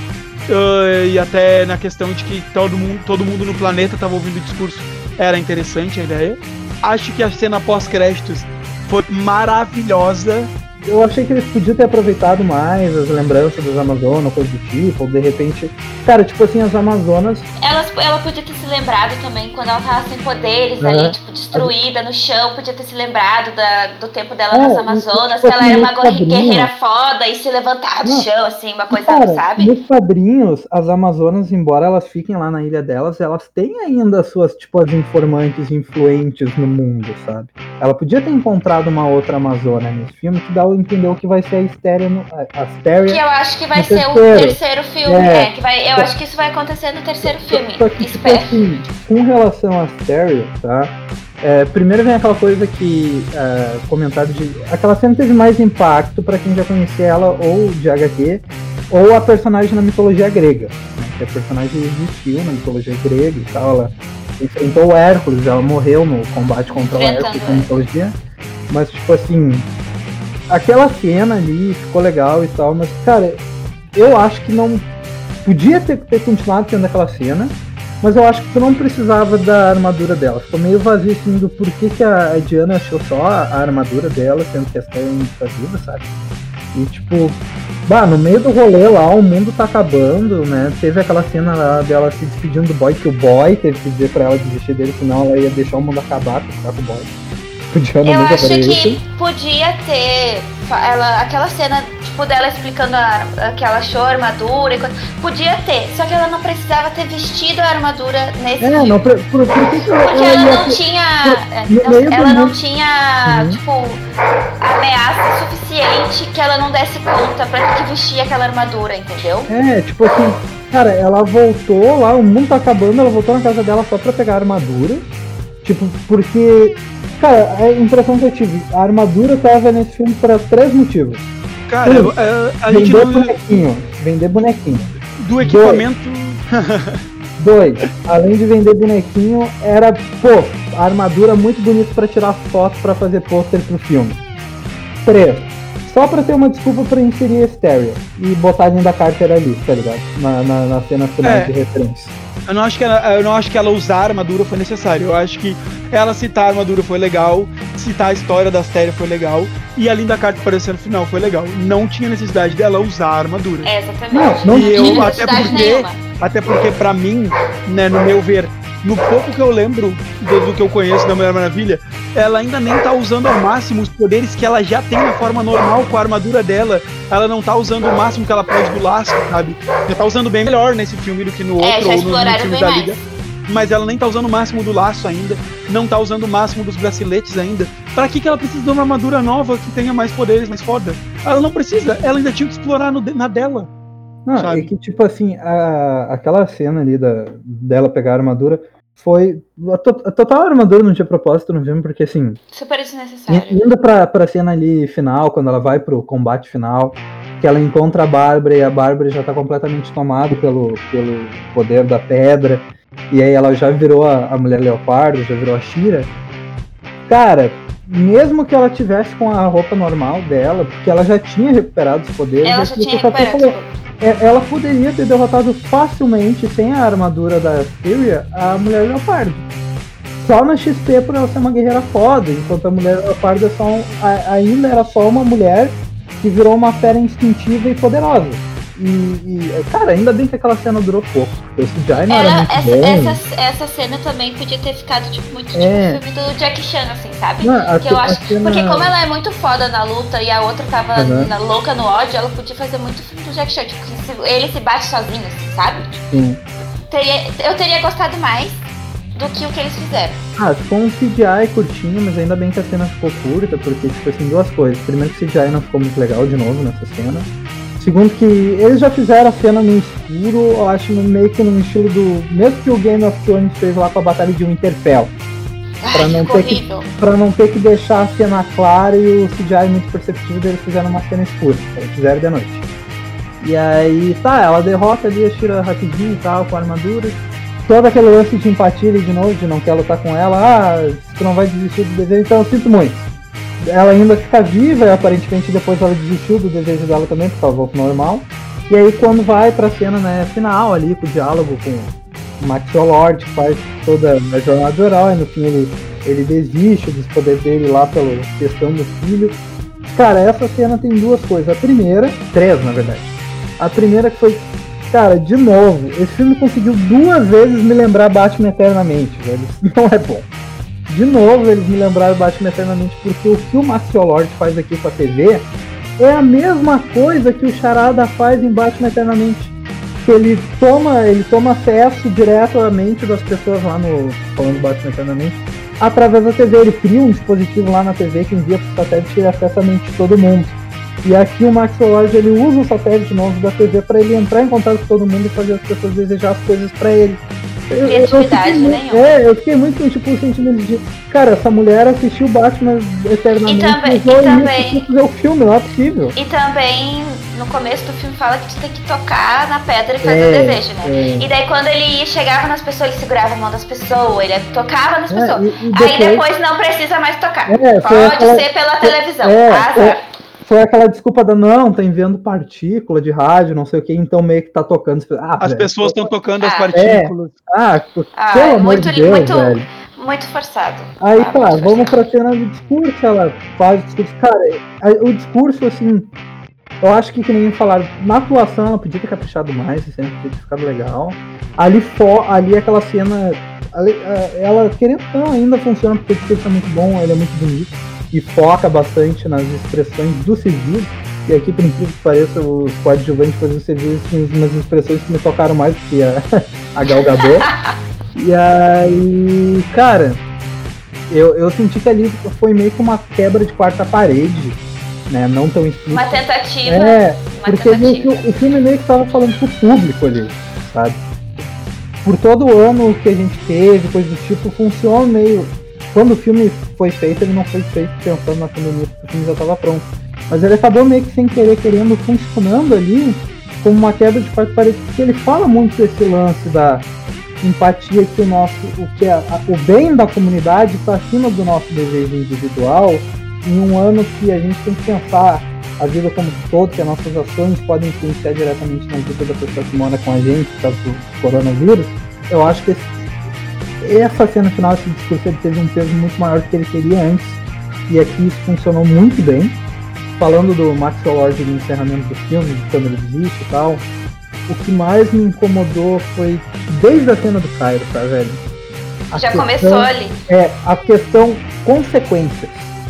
uh, e até na questão de que todo mundo, todo mundo no planeta estava ouvindo o discurso, era interessante a ideia. Acho que a cena pós-créditos foi maravilhosa. Eu achei que eles podiam ter aproveitado mais as lembranças das Amazonas, coisa do tipo, ou de repente... Cara, tipo assim, as Amazonas... Ela, ela podia ter se lembrado também, quando ela tava sem poderes, é. ali, tipo, destruída no chão, podia ter se lembrado da, do tempo dela é, nas Amazonas, tipo, que ela era uma guerreira foda e se levantar do Não. chão, assim, uma coisa, cara, sabe? Nos quadrinhos, as Amazonas, embora elas fiquem lá na ilha delas, elas têm ainda as suas, tipo, as informantes influentes no mundo, sabe? Ela podia ter encontrado uma outra Amazônia nesse filme que dá a entender o que vai ser a Astéria no, a Astéria que eu acho que vai ser terceiro. o terceiro filme, é, é que vai, eu acho que isso vai acontecer no terceiro filme. Só que, tipo assim, com relação a Astéria, tá? É, primeiro vem aquela coisa que é, comentado de. Aquela cena teve mais impacto pra quem já conhecia ela ou de H Q, ou a personagem na mitologia grega. Né, que a personagem existiu na mitologia grega e tal. Ela enfrentou o Hércules, ela morreu no combate contra o Hércules na mitologia. Mas, tipo assim, aquela cena ali ficou legal e tal, mas, cara, eu acho que não. Podia ter, ter continuado tendo aquela cena, mas eu acho que tu não precisava da armadura dela. Ficou meio vazio assim do porquê que a Diana achou só a, a armadura dela, sendo que essa ainda tá viva, sabe? E tipo, bah, no meio do rolê lá, o mundo tá acabando, né? Teve aquela cena lá dela se despedindo do boy, que o boy teve que dizer pra ela desistir dele, senão ela ia deixar o mundo acabar pra ficar com o boy. Eu acho que podia ter ela, aquela cena tipo dela explicando a, a, que ela achou a armadura e coisa, podia ter, só que ela não precisava ter vestido a armadura nesse é, filme. Não, por, por, por que que ela, porque ela, ela não ter, tinha por, não, ela não tinha uhum. tipo ameaça suficiente que ela não desse conta pra que vestir aquela armadura, entendeu? É, tipo assim, cara, ela voltou lá, o mundo tá acabando, ela voltou na casa dela só pra pegar a armadura, tipo, porque cara, a impressão que eu tive, a armadura tava nesse filme por três motivos. Cara, um, a, a gente vender não... bonequinho, vender bonequinho. Do equipamento... Dois, Dois além de vender bonequinho, era, pô, a armadura muito bonita pra tirar foto pra fazer pôster pro filme. Três, só pra ter uma desculpa pra inserir a Astéria e botar dentro da Carter ali, tá ligado? Na, na, na cena final é. de referência. Eu não, acho que ela, eu não acho que ela usar a armadura foi necessário. Eu acho que ela citar a armadura foi legal, citar a história da Astéria foi legal, e a Linda Carter aparecer no final foi legal. Não tinha necessidade dela usar a armadura. É, exatamente. Não, não e eu, tinha até porque, nenhuma. Até porque, pra mim, né, no meu ver, no pouco que eu lembro do, do que eu conheço da Mulher Maravilha, ela ainda nem tá usando ao máximo os poderes que ela já tem na forma normal com a armadura dela. Ela não tá usando o máximo que ela pode do laço, sabe? Já tá usando bem melhor nesse filme do que no é, outro, já ou no, no filme da Liga. Mais. Mas ela nem tá usando o máximo do laço ainda, não tá usando o máximo dos braceletes ainda. Pra que que ela precisa de uma armadura nova que tenha mais poderes, mais foda? Ela não precisa, ela ainda tinha que explorar no, na dela. Não, sabe? É que tipo assim, a, aquela cena ali da, dela pegar a armadura foi... A, to, a total armadura não tinha propósito no filme, porque assim... Super desnecessário. Indo pra, pra cena ali final, quando ela vai pro combate final, que ela encontra a Bárbara e a Bárbara já tá completamente tomada pelo, pelo poder da pedra, e aí ela já virou a, a Mulher Leopardo, já virou a She-Ra. Cara, mesmo que ela tivesse com a roupa normal dela, porque ela já tinha recuperado os poderes, ela já tinha recuperado. Ela poderia ter derrotado facilmente, sem a armadura da Astéria, a Mulher Leopardo. Só na X P por ela ser uma guerreira foda, enquanto a Mulher Leopardo é só um, a, ainda era só uma mulher que virou uma fera instintiva e poderosa. E, e, cara, ainda bem que aquela cena durou pouco. Esse Jai não ela, era muito essa, bom. Essa, essa cena também podia ter ficado tipo, muito é. tipo o filme do Jackie Chan, assim, sabe? Não, que eu acho, cena... Porque como ela é muito foda na luta e a outra tava uhum. na, louca no ódio, ela podia fazer muito o filme do Jackie Chan. Tipo, se, ele se bate sozinho, assim, sabe? Sim. Teria, eu teria gostado mais do que o que eles fizeram. Ah, ficou um C G I curtinho, mas ainda bem que a cena ficou curta, porque, tipo assim, duas coisas. Primeiro que o C G I não ficou muito legal de novo nessa cena. Segundo que eles já fizeram a cena no escuro, eu acho meio que no estilo do... Mesmo que o Game of Thrones fez lá com a Batalha de Winterfell. Ai, pra, não ter que, pra não ter que deixar a cena clara e o C G I muito perceptível, eles fizeram uma cena escura. Eles fizeram de noite. E aí, tá, ela derrota ali, tira rapidinho e tal, com a armadura. Todo aquele lance de empatia ali de novo, de não quer lutar com ela. Ah, se tu não vai desistir do desejo, então eu sinto muito. Ela ainda fica viva e aparentemente depois ela desistiu do desejo dela também, porque ela volta normal. E aí quando vai pra cena, né, final ali, com o diálogo com o Maxwell Lord, que faz toda a jornada do herói, no fim ele, ele desiste dos poderes dele lá pela questão do filho. Cara, essa cena tem duas coisas. A primeira, três na verdade. A primeira que foi, cara, de novo, esse filme conseguiu duas vezes me lembrar Batman Eternamente, velho. Isso não é bom. De novo eles me lembraram Batman Eternamente, porque o que o Maxwell Lord faz aqui com a T V é a mesma coisa que o Charada faz em Batman Eternamente. Que ele toma, ele toma acesso diretamente das pessoas lá no, falando Batman Eternamente, através da T V. Ele cria um dispositivo lá na T V que envia pro satélite e acessa a mente de todo mundo. E aqui o Maxwell Lord, ele usa o satélite novo da T V para ele entrar em contato com todo mundo e fazer as pessoas desejar as coisas para ele. Eu, eu, fiquei, nenhuma. É, eu fiquei muito tipo o sentimento de, cara, essa mulher assistiu Batman Eternamente e também, e usou e também, isso fazer o filme, não é possível. E também no começo do filme fala que tu tem que tocar na pedra e fazer é, o desejo, né? É. E daí quando ele chegava nas pessoas, ele segurava a mão das pessoas, ele tocava nas pessoas. É, e, e depois, aí depois não precisa mais tocar. É, Pode aquela, ser pela foi, televisão. É, é, foi aquela desculpa da não, tá enviando partícula de rádio, não sei o que, então meio que tá tocando. Ah, as velho, pessoas estão tocando ah, as partículas. É, ah, ah, pelo amor muito, de Deus, muito, velho. Muito forçado. Aí ah, tá, vamos forçado. Pra cena do discurso, ela faz o discurso. Cara, o discurso, assim, eu acho que, que nem falaram, na atuação ela podia ter caprichado mais, sempre podia ter ficado legal. Ali, for, ali aquela cena, ela, querendo ou não, ainda funciona, porque o discurso é muito bom, ele é muito bonito. E foca bastante nas expressões do civil. E aqui, por incrível que pareça, os coadjuvantes fazendo civil tinham umas expressões que me tocaram mais do que a, a Gal Gadot. E aí, cara, eu, eu senti que ali foi meio que uma quebra de quarta parede, né? Não tão explícito. Uma tentativa. É, uma porque tentativa. O, o filme meio que tava falando pro público ali, sabe? Por todo o ano que a gente teve, coisa do tipo, funciona meio... Quando o filme foi feito, ele não foi feito pensando na pandemia, porque o filme já estava pronto. Mas ele acabou meio que sem querer, querendo, funcionando ali como uma quebra de quarta parede, porque ele fala muito desse lance da empatia, que o nosso, o, que a, a, o bem da comunidade está acima do nosso desejo individual, em um ano que a gente tem que pensar a vida como um todo, que as nossas ações podem influenciar diretamente na vida da pessoa que mora com a gente, por causa do coronavírus. Eu acho que esse Essa cena final, esse discurso, ele teve um peso muito maior do que ele teria antes, e aqui isso funcionou muito bem. Falando do Maxwell Lord no encerramento do filme, de quando ele desiste e tal, o que mais me incomodou foi desde a cena do Cairo, tá, velho? A Já questão, começou ali. É, a questão consequências.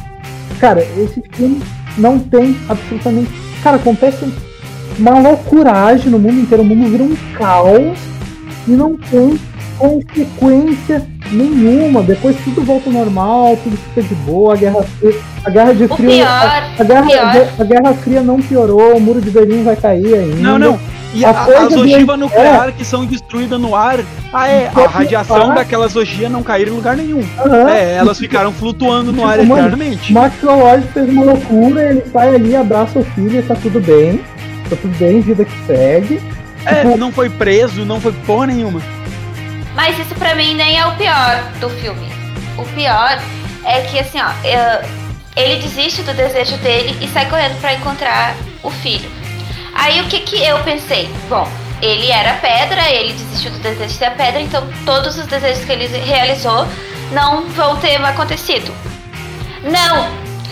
Cara, esse filme não tem absolutamente... Cara, acontece uma loucuragem no mundo inteiro, o mundo vira um caos e não tem consequência nenhuma. Depois tudo volta ao normal, tudo fica de boa, a Guerra Fria, a Guerra de Frio, pior, a, a, guerra, a, a Guerra Fria não piorou, o muro de Berlim vai cair ainda. Não, não. E a, a, as ogivas nucleares é. que são destruídas no ar, ah, é, a radiação ar. daquelas ogivas não caíram em lugar nenhum. Uhum. É, elas ficaram flutuando no tipo, ar mano, eternamente. Maxwell Lord fez uma loucura, ele sai ali, abraça o filho, tá tudo bem, tá tudo bem, vida que segue. É, tipo, não foi preso, não foi porra nenhuma. Mas isso pra mim nem é o pior do filme. O pior é que, assim, ó, ele desiste do desejo dele e sai correndo pra encontrar o filho. Aí o que que eu pensei? Bom, ele era pedra, ele desistiu do desejo de ser a pedra, então todos os desejos que ele realizou não vão ter acontecido. Não!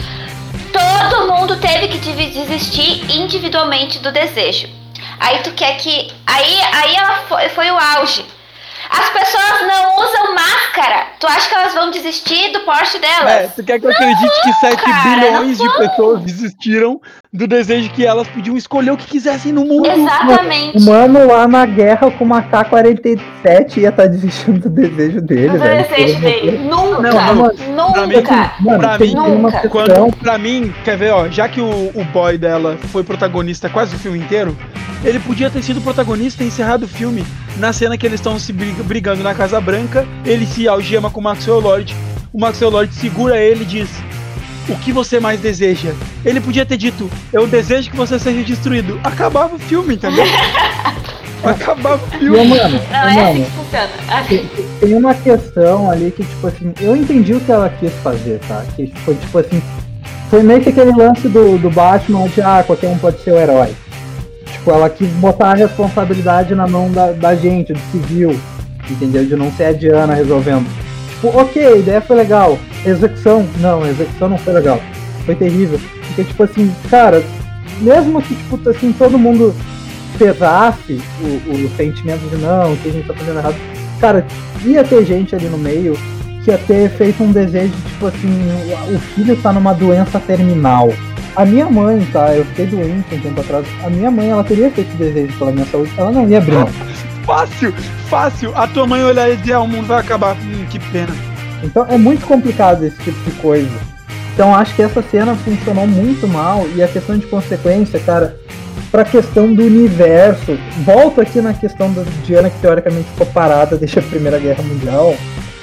Todo mundo teve que desistir individualmente do desejo. Aí tu quer que... Aí, aí ela foi, foi o auge. As pessoas não usam máscara. Tu acha que elas vão desistir do Porsche delas? É, tu quer que eu acredite não, que sete bilhões de pessoas desistiram do desejo que elas podiam escolher o que quisessem no mundo? Exatamente. O mano lá na guerra com uma K quarenta e sete ia estar tá desistindo do desejo dele, do velho. desejo dele. Nunca. Não, não, nunca. Pra mim, mano, pra mim, nunca. Quando, pra mim, quer ver, ó, já que o, o boy dela foi protagonista quase o filme inteiro, ele podia ter sido protagonista e encerrado o filme na cena que eles estão se brigando na Casa Branca, ele se algema com o Maxwell Lord, o Maxwell Lord segura ele e diz: o que você mais deseja? Ele podia ter dito: eu desejo que você seja destruído. Acabava o filme, entendeu? Acabava o filme. E, mano, não, é mano, assim que funciona. Tem, tem uma questão ali que, tipo assim, eu entendi o que ela quis fazer, tá? Que foi, tipo assim, foi meio que aquele lance do, do Batman de, ah, qualquer um pode ser o herói. Tipo, ela quis botar a responsabilidade na mão da, da gente, do civil, entendeu? De não ser a Diana resolvendo. Tipo, ok, a ideia foi legal. Execução, não, a execução não foi legal. Foi terrível. Porque, tipo assim, cara, mesmo que, tipo, assim, todo mundo pesasse o, o sentimento de não, que a gente tá fazendo errado, cara, ia ter gente ali no meio que ia ter feito um desejo, tipo assim, o filho tá numa doença terminal. A minha mãe, tá, eu fiquei doente um tempo atrás, a minha mãe, ela teria feito desejo pela minha saúde, ela não ia abrir mão. Fácil, fácil, a tua mãe olhar e dizer, ah, o mundo vai acabar, hum, que pena. Então é muito complicado esse tipo de coisa. Então acho que essa cena funcionou muito mal, e a questão de consequência, cara, pra questão do universo, volto aqui na questão da Diana, que teoricamente ficou parada desde a Primeira Guerra Mundial.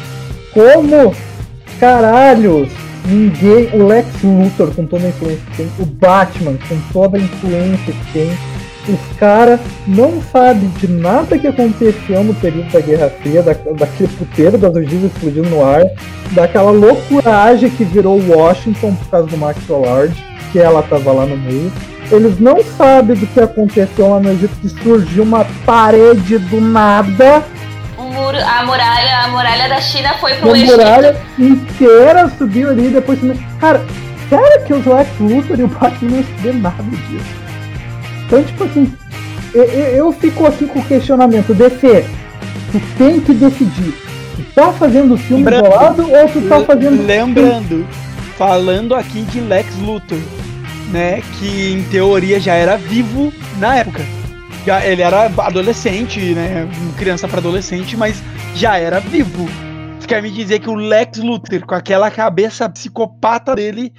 Como, caralhos, ninguém, o Lex Luthor com toda a influência que tem, o Batman com toda a influência que tem, os caras não sabem de nada que aconteceu no período da Guerra Fria, da, daquele puteiro das ogivas explodindo no ar, daquela loucuragem que virou Washington por causa do Max Lord, que ela tava lá no meio. Eles não sabem do que aconteceu lá no Egito, que surgiu uma parede do nada. Um muro, a muralha, a muralha da China foi pro A Egito. muralha inteira subiu ali e depois... Cara, sério que os Lex Luthor e o Batman não estudaram nada disso? Então, tipo assim, eu, eu fico aqui com o questionamento, D C, tu tem que decidir, tu tá fazendo o filme Lembrando, isolado ou tu tá fazendo... Lembrando, falando aqui de Lex Luthor, né, que em teoria já era vivo na época. Já, ele era adolescente, né, criança para adolescente, mas já era vivo. Você quer me dizer que o Lex Luthor, com aquela cabeça psicopata dele,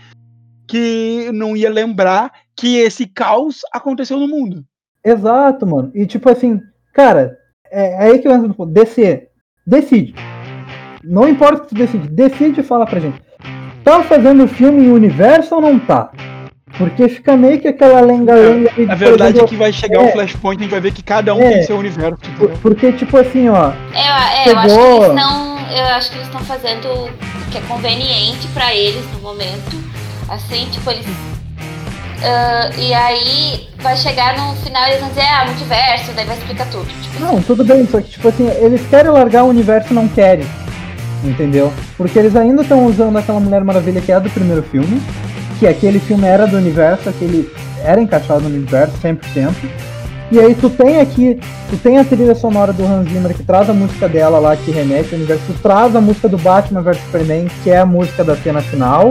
que não ia lembrar que esse caos aconteceu no mundo? Exato, mano. E tipo assim, cara, é, é aí que eu entro no ponto. D C, decide. Não importa o que tu decide, decide e fala pra gente. Tá fazendo filme em universo ou não tá? Porque fica meio que aquela lenga-lenga... A verdade é que vai chegar o Flashpoint e a gente vai ver que cada um é, tem seu universo. Por, porque, tipo assim, ó... É, é chegou... eu acho que eles não... Eu acho que eles estão fazendo o que é conveniente pra eles no momento. Assim, tipo, eles... Uh, e aí vai chegar no final e eles vão dizer, ah, multiverso, daí vai explicar tudo. Tipo, não, tudo bem, só que, tipo assim, eles querem largar o universo e não querem. Entendeu? Porque eles ainda estão usando aquela Mulher Maravilha que é do primeiro filme, que aquele filme era do universo, aquele era encaixado no universo cem por cento. E aí tu tem aqui, tu tem a trilha sonora do Hans Zimmer que traz a música dela lá, que remete ao universo, tu traz a música do Batman versus Superman, que é a música da cena final,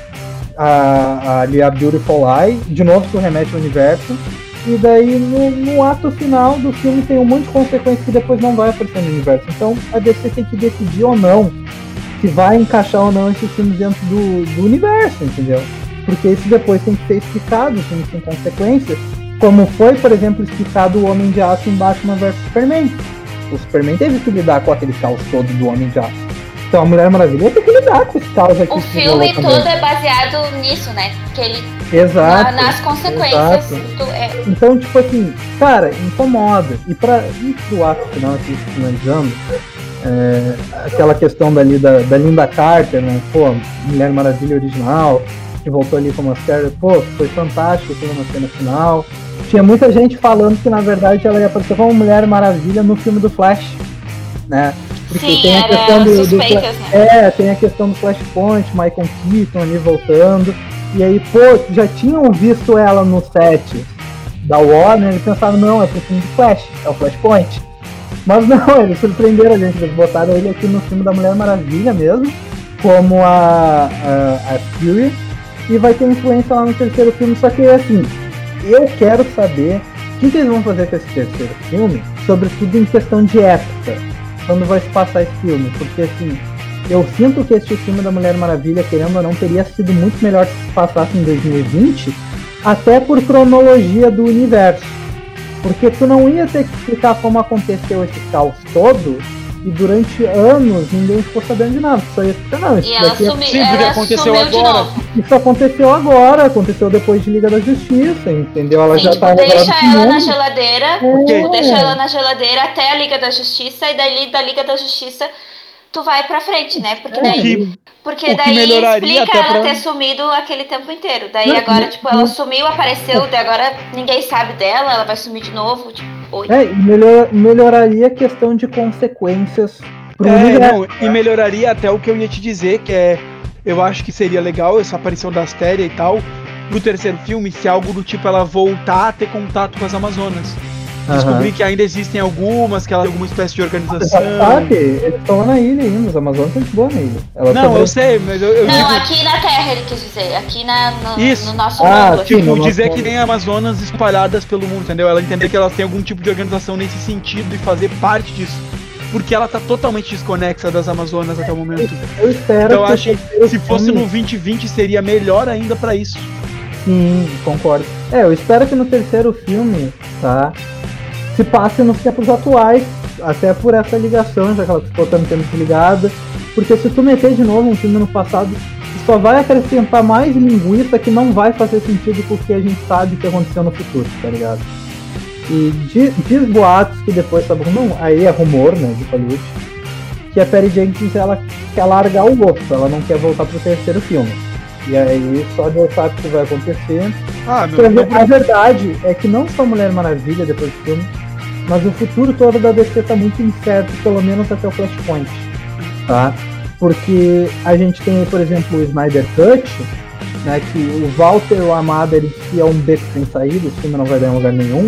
a, ali a Beautiful Lie, de novo tu remete ao universo. E daí no, no ato final do filme tem um monte de consequências que depois não vai aparecer no universo. Então a D C tem que decidir ou não se vai encaixar ou não esses filmes dentro do, do universo, entendeu? Porque isso depois tem que ser explicado, tem que ter consequências, como foi, por exemplo, explicado o Homem de Aço em Batman versus Superman. O Superman teve que lidar com aquele caos todo do Homem de Aço. Então a Mulher Maravilha tem que lidar com esse caos aqui. O filme todo é baseado nisso, né? Que ele... Exato. Na, nas consequências. Exato. Do, é... Então, tipo assim, cara, incomoda. E pra ir pro ato final aqui, finalizando, é, aquela questão dali da, da Linda Carter, né? Pô, Mulher Maravilha original, que voltou ali como Mascara, pô, foi fantástico aquilo na cena final. Tinha muita gente falando que na verdade ela ia aparecer como Mulher Maravilha no filme do Flash, né? Porque sim, tem a questão do, do né? é, tem a questão do Flashpoint, Michael Keaton ali voltando. E aí, pô, já tinham visto ela no set da Warner e pensaram, não, é pro filme do Flash, é o Flashpoint. Mas não, eles surpreenderam a gente, eles botaram ele aqui no filme da Mulher Maravilha mesmo, como a, a, a Fury. E vai ter influência lá no terceiro filme, só que assim, eu quero saber o que, que eles vão fazer com esse terceiro filme, sobretudo em questão de época, quando vai se passar esse filme, porque assim, eu sinto que este filme da Mulher Maravilha, querendo ou não, teria sido muito melhor se se passasse em dois mil e vinte, até por cronologia do universo, porque tu não ia ter que explicar como aconteceu esse caos todo, e durante anos ninguém ficou sabendo de nada, só ia explicar, não, isso e ela, daqui sumi, Sim, ela aconteceu sumiu agora. de novo. Isso aconteceu agora, aconteceu depois de Liga da Justiça, entendeu? Ela Sim, já tipo, tá deixa ela mundo. na geladeira, É. tipo, deixa ela na geladeira até a Liga da Justiça, e daí da Liga da Justiça tu vai pra frente, né? Porque O daí, que- porque o que daí melhoraria explica até ela pra- ter sumido aquele tempo inteiro. Daí Não, agora, não, tipo, ela não. sumiu, apareceu, daí agora ninguém sabe dela, ela vai sumir de novo, tipo, oi. É, e melhor, melhoraria a questão de consequências pro É, universo. não, e melhoraria até o que eu ia te dizer, que é. Eu acho que seria legal essa aparição da Astéria e tal, no terceiro filme, se algo do tipo ela voltar a ter contato com as Amazonas. Aham. Descobrir que ainda existem algumas, que ela tem alguma espécie de Você organização. já sabe, eles estão lá na ilha ainda, os Amazonas são de boa na ilha. Ela Não, sobre- eu sei, mas eu, eu Não, digo. aqui na Terra ele quis dizer, aqui na, no, Isso. no nosso Ah, mundo. sim, assim. no Tipo, dizer nosso que mundo. tem Amazonas espalhadas pelo mundo, entendeu? Ela entender que elas têm algum tipo de organização nesse sentido e fazer parte disso. Porque ela tá totalmente desconexa das Amazonas até o momento. Eu espero Então eu que acho o terceiro que se fosse filme- no vinte e vinte seria melhor ainda pra isso. Sim, concordo. É, eu espero que no terceiro filme, tá, se passe nos tempos atuais, até por essa ligação, já que ela ficou tanto tempo desligada. Porque se tu meter de novo um filme no passado, só vai acrescentar mais linguiça que não vai fazer sentido com o que a gente sabe que aconteceu no futuro, tá ligado? E diz, diz boatos que depois, tá bom, não, aí é rumor, né, de Hollywood, que a Patty Jenkins, ela quer largar o osso, ela não quer voltar pro terceiro filme. E aí só Deus sabe o que vai acontecer. Ah, Porque meu, a, meu, a verdade é que não só Mulher Maravilha depois do filme, mas o futuro todo da D C tá muito incerto, pelo menos até o Flashpoint, tá? Porque a gente tem, por exemplo, o Snyder Cut, né, que o Walter o Amada, ele se é um beco sem saída, esse filme não vai dar em lugar nenhum.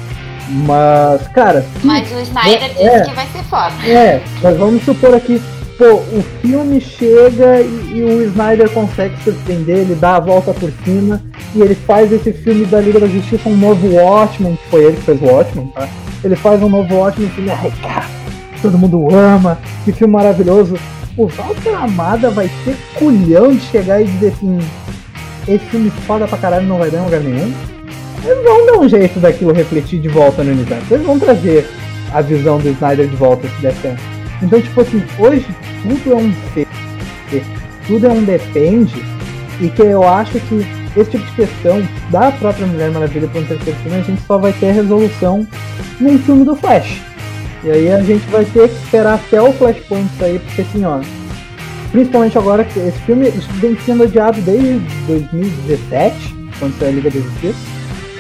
Mas, cara, se- Mas o Snyder disse É. que vai ser foda. é, mas vamos supor aqui, pô, o filme chega e, e o Snyder consegue surpreender, ele dá a volta por cima e ele faz esse filme da Liga da Justiça um novo Watchmen, que foi ele que fez o Watchmen, tá? Ele faz um novo Watchmen, filme arregaça, todo mundo ama, que filme maravilhoso. O Walter Amada vai ter culhão de chegar e dizer assim, esse filme foda pra caralho não vai dar em lugar nenhum. Eles vão dar um jeito daquilo refletir de volta no universo. Eles vão trazer a visão do Snyder de volta se der certo. Então, tipo assim, hoje tudo é um ser, tudo é um depende, e que eu acho que esse tipo de questão da própria Mulher Maravilha para um terceiro filme, a gente só vai ter a resolução num filme do Flash. E aí a gente vai ter que esperar até o Flashpoint sair, porque assim, ó, principalmente agora que esse filme vem sendo adiado desde dois mil e dezessete, quando saiu a Liga da Justiça.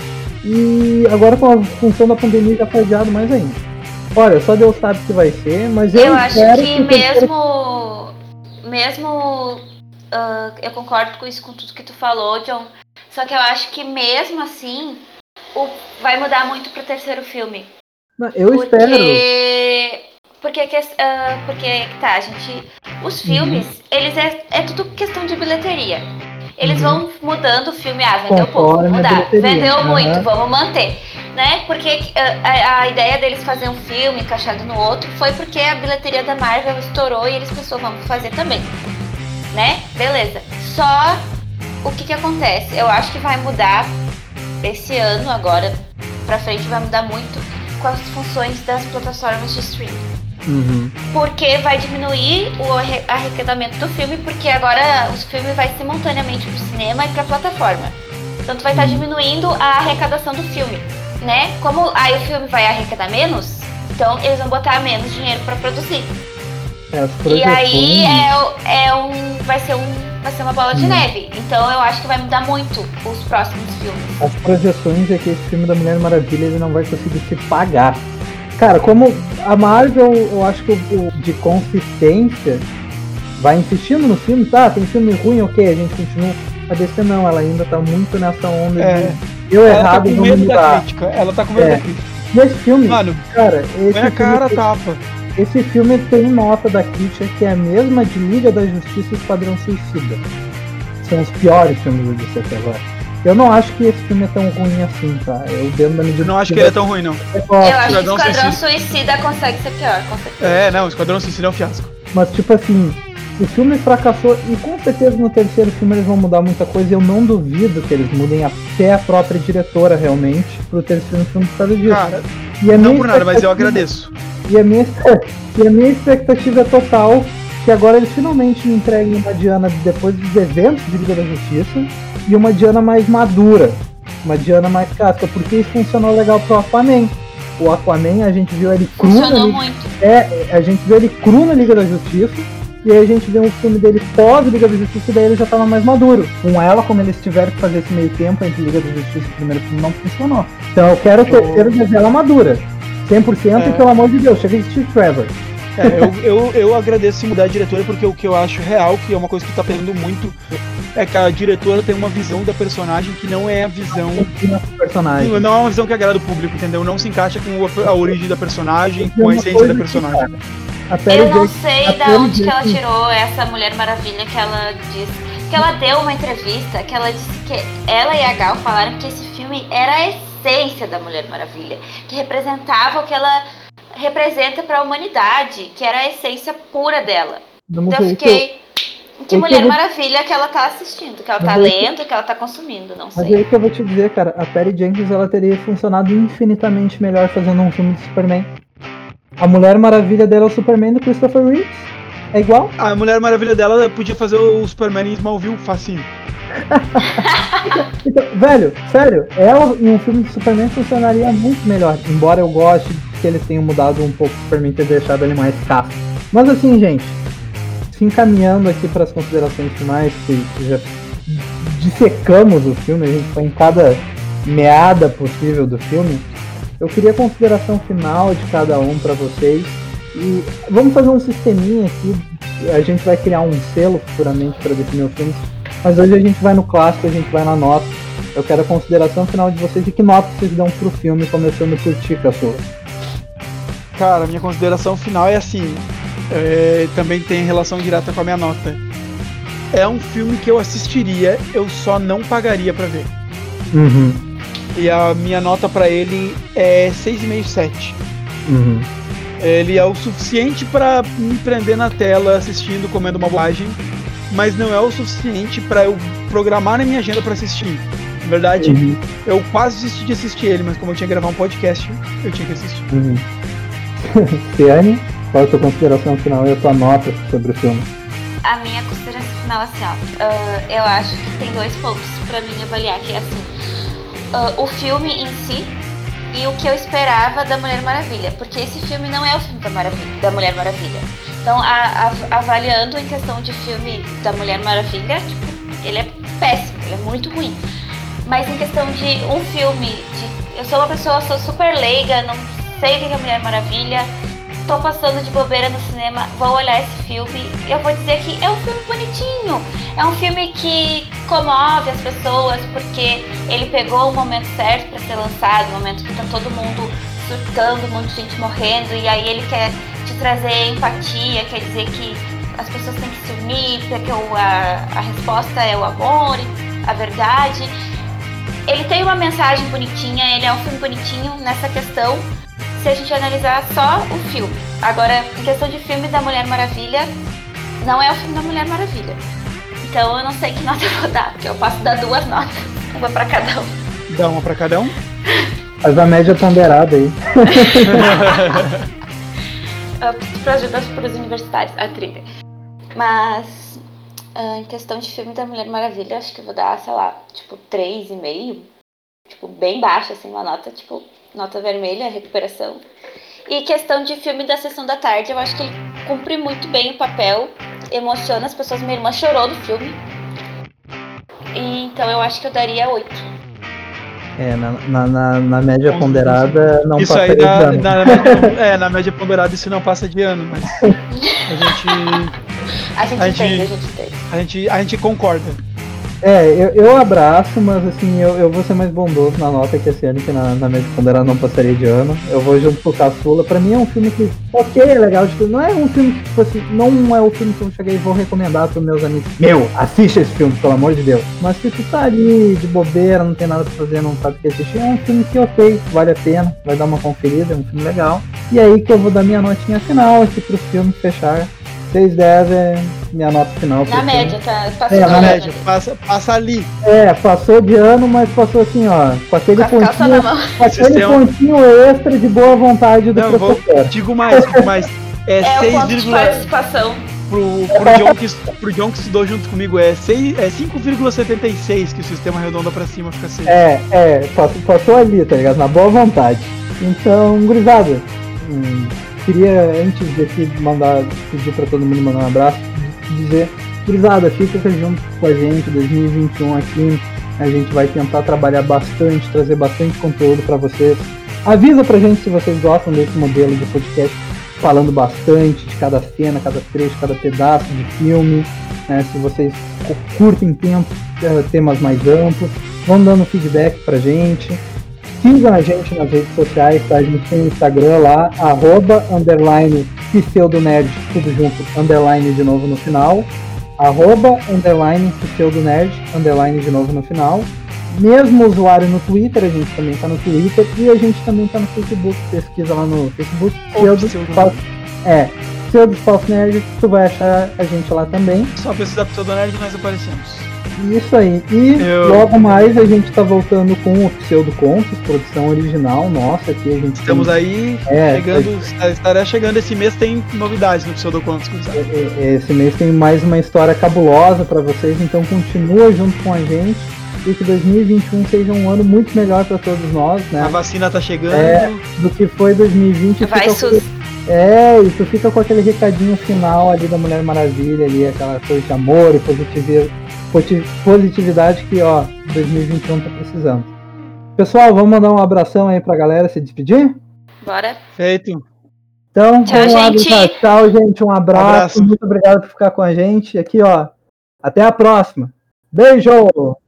E agora com a função da pandemia já foi adiado mais ainda. Olha, só Deus sabe o que vai ser, mas eu, Eu acho espero que o terceiro- mesmo. Mesmo. ah, eu concordo com isso, com tudo que tu falou, John. Só que eu acho que mesmo assim. O, vai mudar muito pro terceiro filme. Não, eu porque. espero. Porque, que, ah, porque tá, a gente. Os filmes, eles é, é tudo questão de bilheteria. Eles Uhum. vão mudando o filme, ah, vendeu pouco, Conforme vamos a mudar. bilheteria. Vendeu Aham. muito, vamos manter. Né? Porque ah, a, a ideia deles fazer um filme encaixado no outro foi porque a bilheteria da Marvel estourou e eles pensaram, vamos fazer também. Né? Beleza. Só o que que acontece? Eu acho que vai mudar esse ano, agora pra frente, vai mudar muito com as funções das plataformas de streaming. Uhum. Porque vai diminuir o arre- arrecadamento do filme, porque agora o filme vai simultaneamente pro cinema e pra plataforma. Então tu vai estar diminuindo a arrecadação do filme, né? Como aí o filme vai arrecadar menos, então eles vão botar menos dinheiro pra produzir. É, as E projeções- aí é, o- é um, vai ser um, vai ser uma bola de Hum. neve. Então eu acho que vai mudar muito os próximos filmes. As projeções é que esse filme da Mulher Maravilha ele não vai conseguir se pagar. Cara, como a Marvel, eu acho que o, o de consistência vai insistindo no filme, tá? Tem filme ruim, ok, a gente continua. A D C não, ela ainda tá muito nessa onda É. de eu Ela tá errado, com vamos medo da mudar. crítica. Ela tá com medo É. da crítica. E esse filme, Mano, cara, esse põe a cara a filme, tapa. esse filme tem nota da crítica que é a mesma de Liga da Justiça e Esquadrão Suicida. São os piores filmes do D C até agora. Eu não acho que esse filme é tão ruim assim, tá? Eu dentro da medida Eu não acho que ele é tão ruim, não. eu Eu gosto. acho que Esquadrão Esquadrão Suicida consegue ser pior, com certeza. É, não, o Esquadrão Suicida é um fiasco. Mas tipo assim, o filme fracassou e com certeza no terceiro filme eles vão mudar muita coisa e eu não duvido que eles mudem até a própria diretora realmente pro terceiro filme por causa disso. Cara, E a não minha por nada, mas eu expectativa- agradeço. E a minha, e a minha expectativa é total que agora eles finalmente me entreguem uma Diana depois dos eventos de Liga da Justiça e uma Diana mais madura, uma Diana mais casca, porque isso funcionou legal pro Aquaman. O Aquaman a gente viu ele cru Funcionou ali, muito. é, a gente vê ele cru na Liga da Justiça, e aí a gente vê um filme dele pós-Liga da Justiça, e daí ele já tava mais maduro. Com ela, como eles tiveram que fazer esse meio tempo entre Liga da Justiça e o primeiro filme, não funcionou. Então eu quero o terceiro ver ela madura. cem por cento, é. E pelo amor de Deus, chega de Steve Trevor. É, eu, eu, eu agradeço se mudar a diretora, porque o que eu acho real, que é uma coisa que tá perdendo muito, é que a diretora tem uma visão da personagem que não é a visão... personagem. Não é uma visão que agrada o público, entendeu? Não se encaixa com a origem da personagem, com a essência da personagem. Eu não sei da onde que ela tirou essa Mulher Maravilha, que ela disse... Que ela deu uma entrevista, que ela disse que ela e a Gal falaram que esse filme era a essência da Mulher Maravilha, que representava o que ela... representa para a humanidade, que era a essência pura dela. Então eu fiquei... Que, que Mulher que vou... Maravilha que ela tá assistindo, que ela tá lendo, que... que ela tá consumindo, não sei. Mas aí que eu vou te dizer, cara, a Patty Jenkins, ela teria funcionado infinitamente melhor fazendo um filme de Superman. A Mulher Maravilha dela é o Superman do Christopher Reeves. É igual? A Mulher Maravilha dela podia fazer o Superman em Smallville facinho. Então, velho, sério, ela em um filme de Superman funcionaria muito melhor, embora eu goste que eles tenham mudado um pouco o Superman, ter deixado ele mais casco. Mas assim, gente, se encaminhando aqui para as considerações finais, que já dissecamos o filme, a gente foi em cada meada possível do filme, eu queria a consideração final de cada um para vocês. E vamos fazer um sisteminha aqui, a gente vai criar um selo futuramente para definir o filme, mas hoje a gente vai no clássico, a gente vai na nota. Eu quero a consideração final de vocês e que nota vocês dão pro filme, começando por ti, Caçula. Cara, minha consideração final é assim, é, também tem relação direta com a minha nota. É um filme que eu assistiria, eu só não pagaria pra ver. Uhum. E a minha nota pra ele é seis vírgula cinco, sete. Uhum. Ele é o suficiente pra me prender na tela assistindo, comendo uma bobagem, mas não é o suficiente pra eu programar na minha agenda pra assistir. Na verdade, uhum. eu quase desisti de assistir ele, mas como eu tinha que gravar um podcast, eu tinha que assistir. Uhum. Ciane, qual é a tua consideração final e a tua nota sobre o filme? A minha consideração final, assim, ó, uh, eu acho que tem dois pontos pra mim avaliar, que é assim, uh, o filme em si e o que eu esperava da Mulher Maravilha, porque esse filme não é o filme da, Maravilha, da Mulher Maravilha. Então, a, a, avaliando em questão de filme da Mulher Maravilha, tipo, ele é péssimo, ele é muito ruim. Mas em questão de um filme, de, eu sou uma pessoa, sou super leiga, não sei o que é Mulher Maravilha, tô passando de bobeira no cinema, vou olhar esse filme e eu vou dizer que é um filme bonitinho, é um filme que comove as pessoas porque ele pegou o momento certo para ser lançado, o momento que tá todo mundo surtando, um monte de gente morrendo, e aí ele quer te trazer empatia, quer dizer que as pessoas têm que se unir, porque o, a, a resposta é o amor, a verdade. Ele tem uma mensagem bonitinha, ele é um filme bonitinho nessa questão, se a gente analisar só o filme. Agora, em questão de filme da Mulher Maravilha, não é o filme da Mulher Maravilha. Então eu não sei que nota eu vou dar, porque eu posso dar duas notas, uma pra cada um. Dá uma pra cada um? Faz a média ponderada aí. Para ajudar os universitários, a trilha. Mas, uh, em questão de filme da Mulher Maravilha, acho que eu vou dar, sei lá, tipo, três e meio. Tipo, bem baixa, assim, uma nota, tipo, nota vermelha, recuperação. E questão de filme da Sessão da Tarde, eu acho que ele cumpre muito bem o papel, emociona as pessoas. Minha irmã chorou no filme. E, então eu acho que eu daria oito. É, na, na, na, na média ponderada não isso passa aí de na, ano. Na, na, é, na média ponderada isso não passa de ano, mas a gente... A gente a entende, gente, a gente entende. A gente, a gente concorda. É, eu, eu abraço, mas assim, eu, eu vou ser mais bondoso na nota que a Ciane, que na, na média ponderada não passaria de ano. Eu vou junto com o Caçula. Pra mim é um filme que, ok, é legal, tipo, não é um filme que, tipo assim, não é o filme que eu cheguei e vou recomendar pros meus amigos. Meu, assiste esse filme, pelo amor de Deus. Mas se tu tá ali de bobeira, não tem nada pra fazer, não sabe o que assistir, é um filme que, ok, vale a pena, vai dar uma conferida, é um filme legal. E aí que eu vou dar minha notinha final aqui pro filme fechar. seis dez é minha nota final. Na média, tá? Passou é, na na média, média. Passa, passa ali. É, passou de ano, mas passou assim, ó, com aquele com pontinho, com aquele Sistema... pontinho extra de boa vontade do Não, professor. Vou, digo mais, digo mais. É, é seis, o ponto de participação. Pro, pro, John que, pro John que estudou junto comigo, é, é cinco vírgula setenta e seis que o sistema arredonda pra cima fica seis. É, é, passou, passou ali, tá ligado? Na boa vontade. Então, gurizada, hum, queria, antes de aqui mandar, pedir pra todo mundo mandar um abraço, dizer, gurizada, fica junto com a gente, dois mil e vinte e um aqui, a gente vai tentar trabalhar bastante, trazer bastante conteúdo pra vocês. Avisa pra gente se vocês gostam desse modelo de podcast, falando bastante de cada cena, cada trecho, cada pedaço de filme, né? Se vocês curtem tempo, temas mais amplos, vão dando feedback pra gente. Sigam a gente nas redes sociais, tá? A gente tem o Instagram lá, arroba, underline, pseudonerd, tudo junto, underline de novo no final, arroba, underline, pseudonerd, underline de novo no final. Mesmo usuário no Twitter, a gente também tá no Twitter e a gente também tá no Facebook. Pesquisa lá no Facebook. Pseudo, é, Pseudo Falso Nerd, tu vai achar a gente lá também. Só pesquisar Pseudo Nerd e nós aparecemos. Isso aí. E Eu... logo mais a gente tá voltando com o Pseudo Contos, produção original nossa aqui. A gente Estamos tem... aí, é, chegando, é... estará chegando esse mês, tem novidades no Pseudo Contos. Esse mês tem mais uma história cabulosa pra vocês, então continua junto com a gente. E que dois mil e vinte e um seja um ano muito melhor para todos nós, né? A vacina tá chegando. É, do que foi dois mil e vinte. Vai, fica com... É, e tu fica com aquele recadinho final ali da Mulher Maravilha, ali, aquela coisa de amor e positividade, positividade que, ó, dois mil e vinte e um tá precisando. Pessoal, vamos mandar um abração aí pra galera se despedir? Bora. Feito. Então, tchau, vamos lá, gente. Lucas. Tchau, gente. Um abraço. abraço. Muito obrigado por ficar com a gente. Aqui, ó. Até a próxima. Beijo!